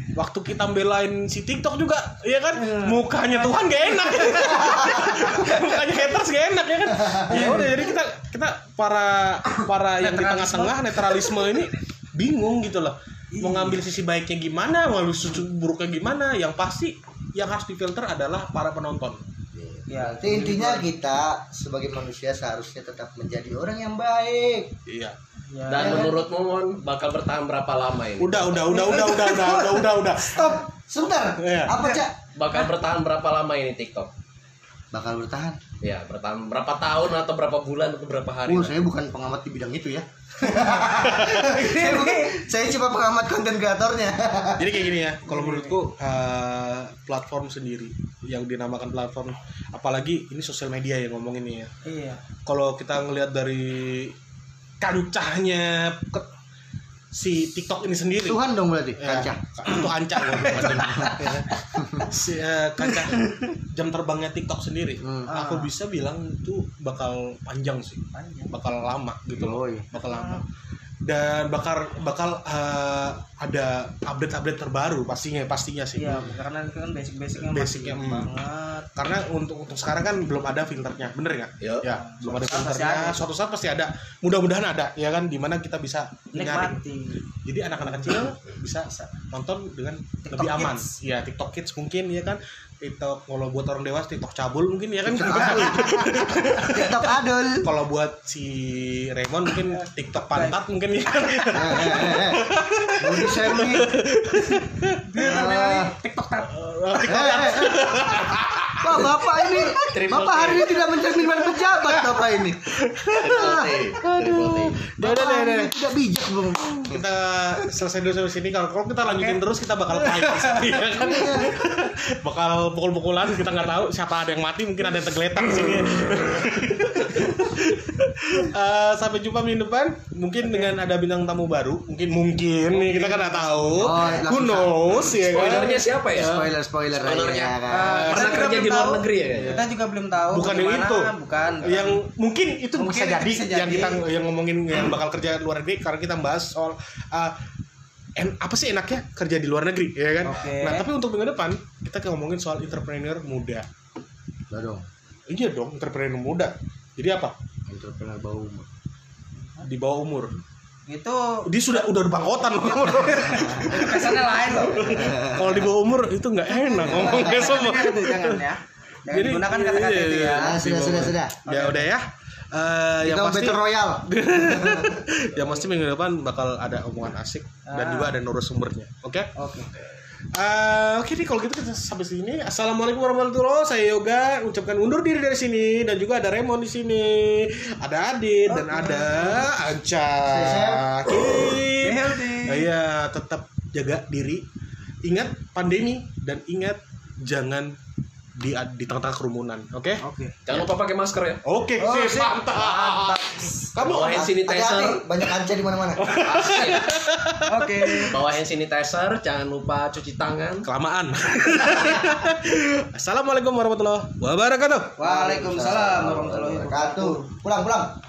waktu kita belain si TikTok juga, ya kan, mukanya Tuhan gak enak, mukanya haters gak enak, ya kan. Ya udah, jadi kita kita para para yang di tengah-tengah netralisme ini bingung gitu loh, mau ngambil sisi baiknya gimana, mau ngambil sisi buruknya gimana. Yang pasti yang harus difilter adalah para penonton. Ya, berarti intinya kita sebagai manusia seharusnya tetap menjadi orang yang baik. Iya. Ya, Dan ya, menurutmu Mon bakal bertahan berapa lama ini? Udah, udah, udah, udah, udah, udah, udah, udah, udah. Stop, sebentar. Iya. Apa Cak? Bakal bertahan berapa lama ini TikTok? Bakal bertahan. Ya, bertahan berapa tahun atau berapa bulan atau berapa hari? Oh, saya bukan pengamat di bidang itu ya. saya, bukan, saya cuma pengamat konten kreatornya. Jadi kayak gini ya, kalau menurutku uh, platform sendiri yang dinamakan platform, apalagi ini sosial media yang ngomong ini ya. Iya. Kalau kita ngelihat dari kancahnya ke- si TikTok ini sendiri, Tuhan dong berarti, ya, kancah. itu ancak loh, ya. Si uh, kancah jam terbangnya TikTok sendiri, Hmm. aku bisa bilang itu bakal panjang sih, Panjang. bakal lama gitu loh, Oh, iya. bakal lama. Dan bakal bakal uh, ada update-update terbaru pastinya pastinya sih. Iya, karena itu kan basic-basicnya Basicnya, masih hmm. banget. Karena untuk untuk sekarang kan belum ada filternya, bener nggak? Yo. Ya, belum ada Suatu saat pasti filternya. ada. Suatu saat pasti ada. Mudah-mudahan ada, ya kan? Dimana kita bisa nyaring. Nikmati. Jadi anak-anak kecil bisa nonton dengan TikTok lebih aman. Kids. Ya, TikTok Kids mungkin, ya kan? TikTok kalau buat orang dewasa TikTok cabul mungkin, ya kan? TikTok adul. Kalau buat si Raymond mungkin TikTok pantat mungkin, ya kan? Body shaming. Ah. TikTok tab. Eh, eh, eh. Wah, Bapak ini Bapak hari ini tidak mencerminkan pejabat Bapak ini. Triple T, Triple T. Ya udah, Bapak udah, hari udah. ini tidak bijak, Bung. Kita selesai dulu sampai sini. Kalau kalau kita lanjutin terus kita bakal fight di sini, ya kan? Bakal pukul-pukulan, kita nggak tahu siapa ada yang mati, mungkin ada yang tergeletak di sini. Eh, sampai jumpa minggu depan, mungkin dengan ada bintang tamu baru, mungkin mungkin nih kita kan nggak tahu. Oh, Who knows, ya kan? Spoilernya siapa ya? Spoiler spoiler Spoilernya. aja kan. Pernah Kita kerja belum di luar tahu. negeri ya kayaknya? Kita juga belum tahu. Bukan yang bagaimana, itu. Bukan. Yang mungkin itu Mungkin bisa itu jadi, bisa yang jadi. kita yang ngomongin yang bakal kerja luar negeri, karena kita bahas soal uh, en, apa sih enaknya kerja di luar negeri, ya kan? Oke. Nah, tapi untuk minggu depan kita ngomongin soal entrepreneur muda. Lah dong. Iya dong, entrepreneur muda. Jadi apa? Entrepreneur bau umur. Di bawah umur. Itu Dia sudah udah bangkotan loh. kesannya lain loh. Kalau di bawah umur itu nggak enak ngomongnya semua. Jangan itu, jangan ya. Jangan Jadi, digunakan kata-kata iya, itu iya, ya. Ah, sudah sudah sudah. Ya udah ya. Eh, yang Kita pasti Battle Royale. yang pasti minggu depan bakal ada omongan asik dan Ah. juga ada narasumbernya. Oke? Oke. Eh, oke nih kalau gitu kita sampai sini. Assalamualaikum warahmatullahi wabarakatuh. Saya Yoga ucapkan undur diri dari sini dan juga ada Raymond di sini. Ada Adit dan ada Anca. Stay healthy. Iya, tetap jaga diri. Ingat pandemi dan ingat jangan di di tengah-tengah kerumunan. Oke? Oke. Jangan lupa pakai masker ya. Oke, Oh, sip, sip. mantap. Kamu Bawa hand sanitizer. Hati-hati, banyak anca di mana-mana. Asik. Oke. Bawa hand sanitizer, jangan lupa cuci tangan. kelamaan. Assalamualaikum warahmatullahi wabarakatuh. Waalaikumsalam warahmatullahi wabarakatuh. Pulang, pulang.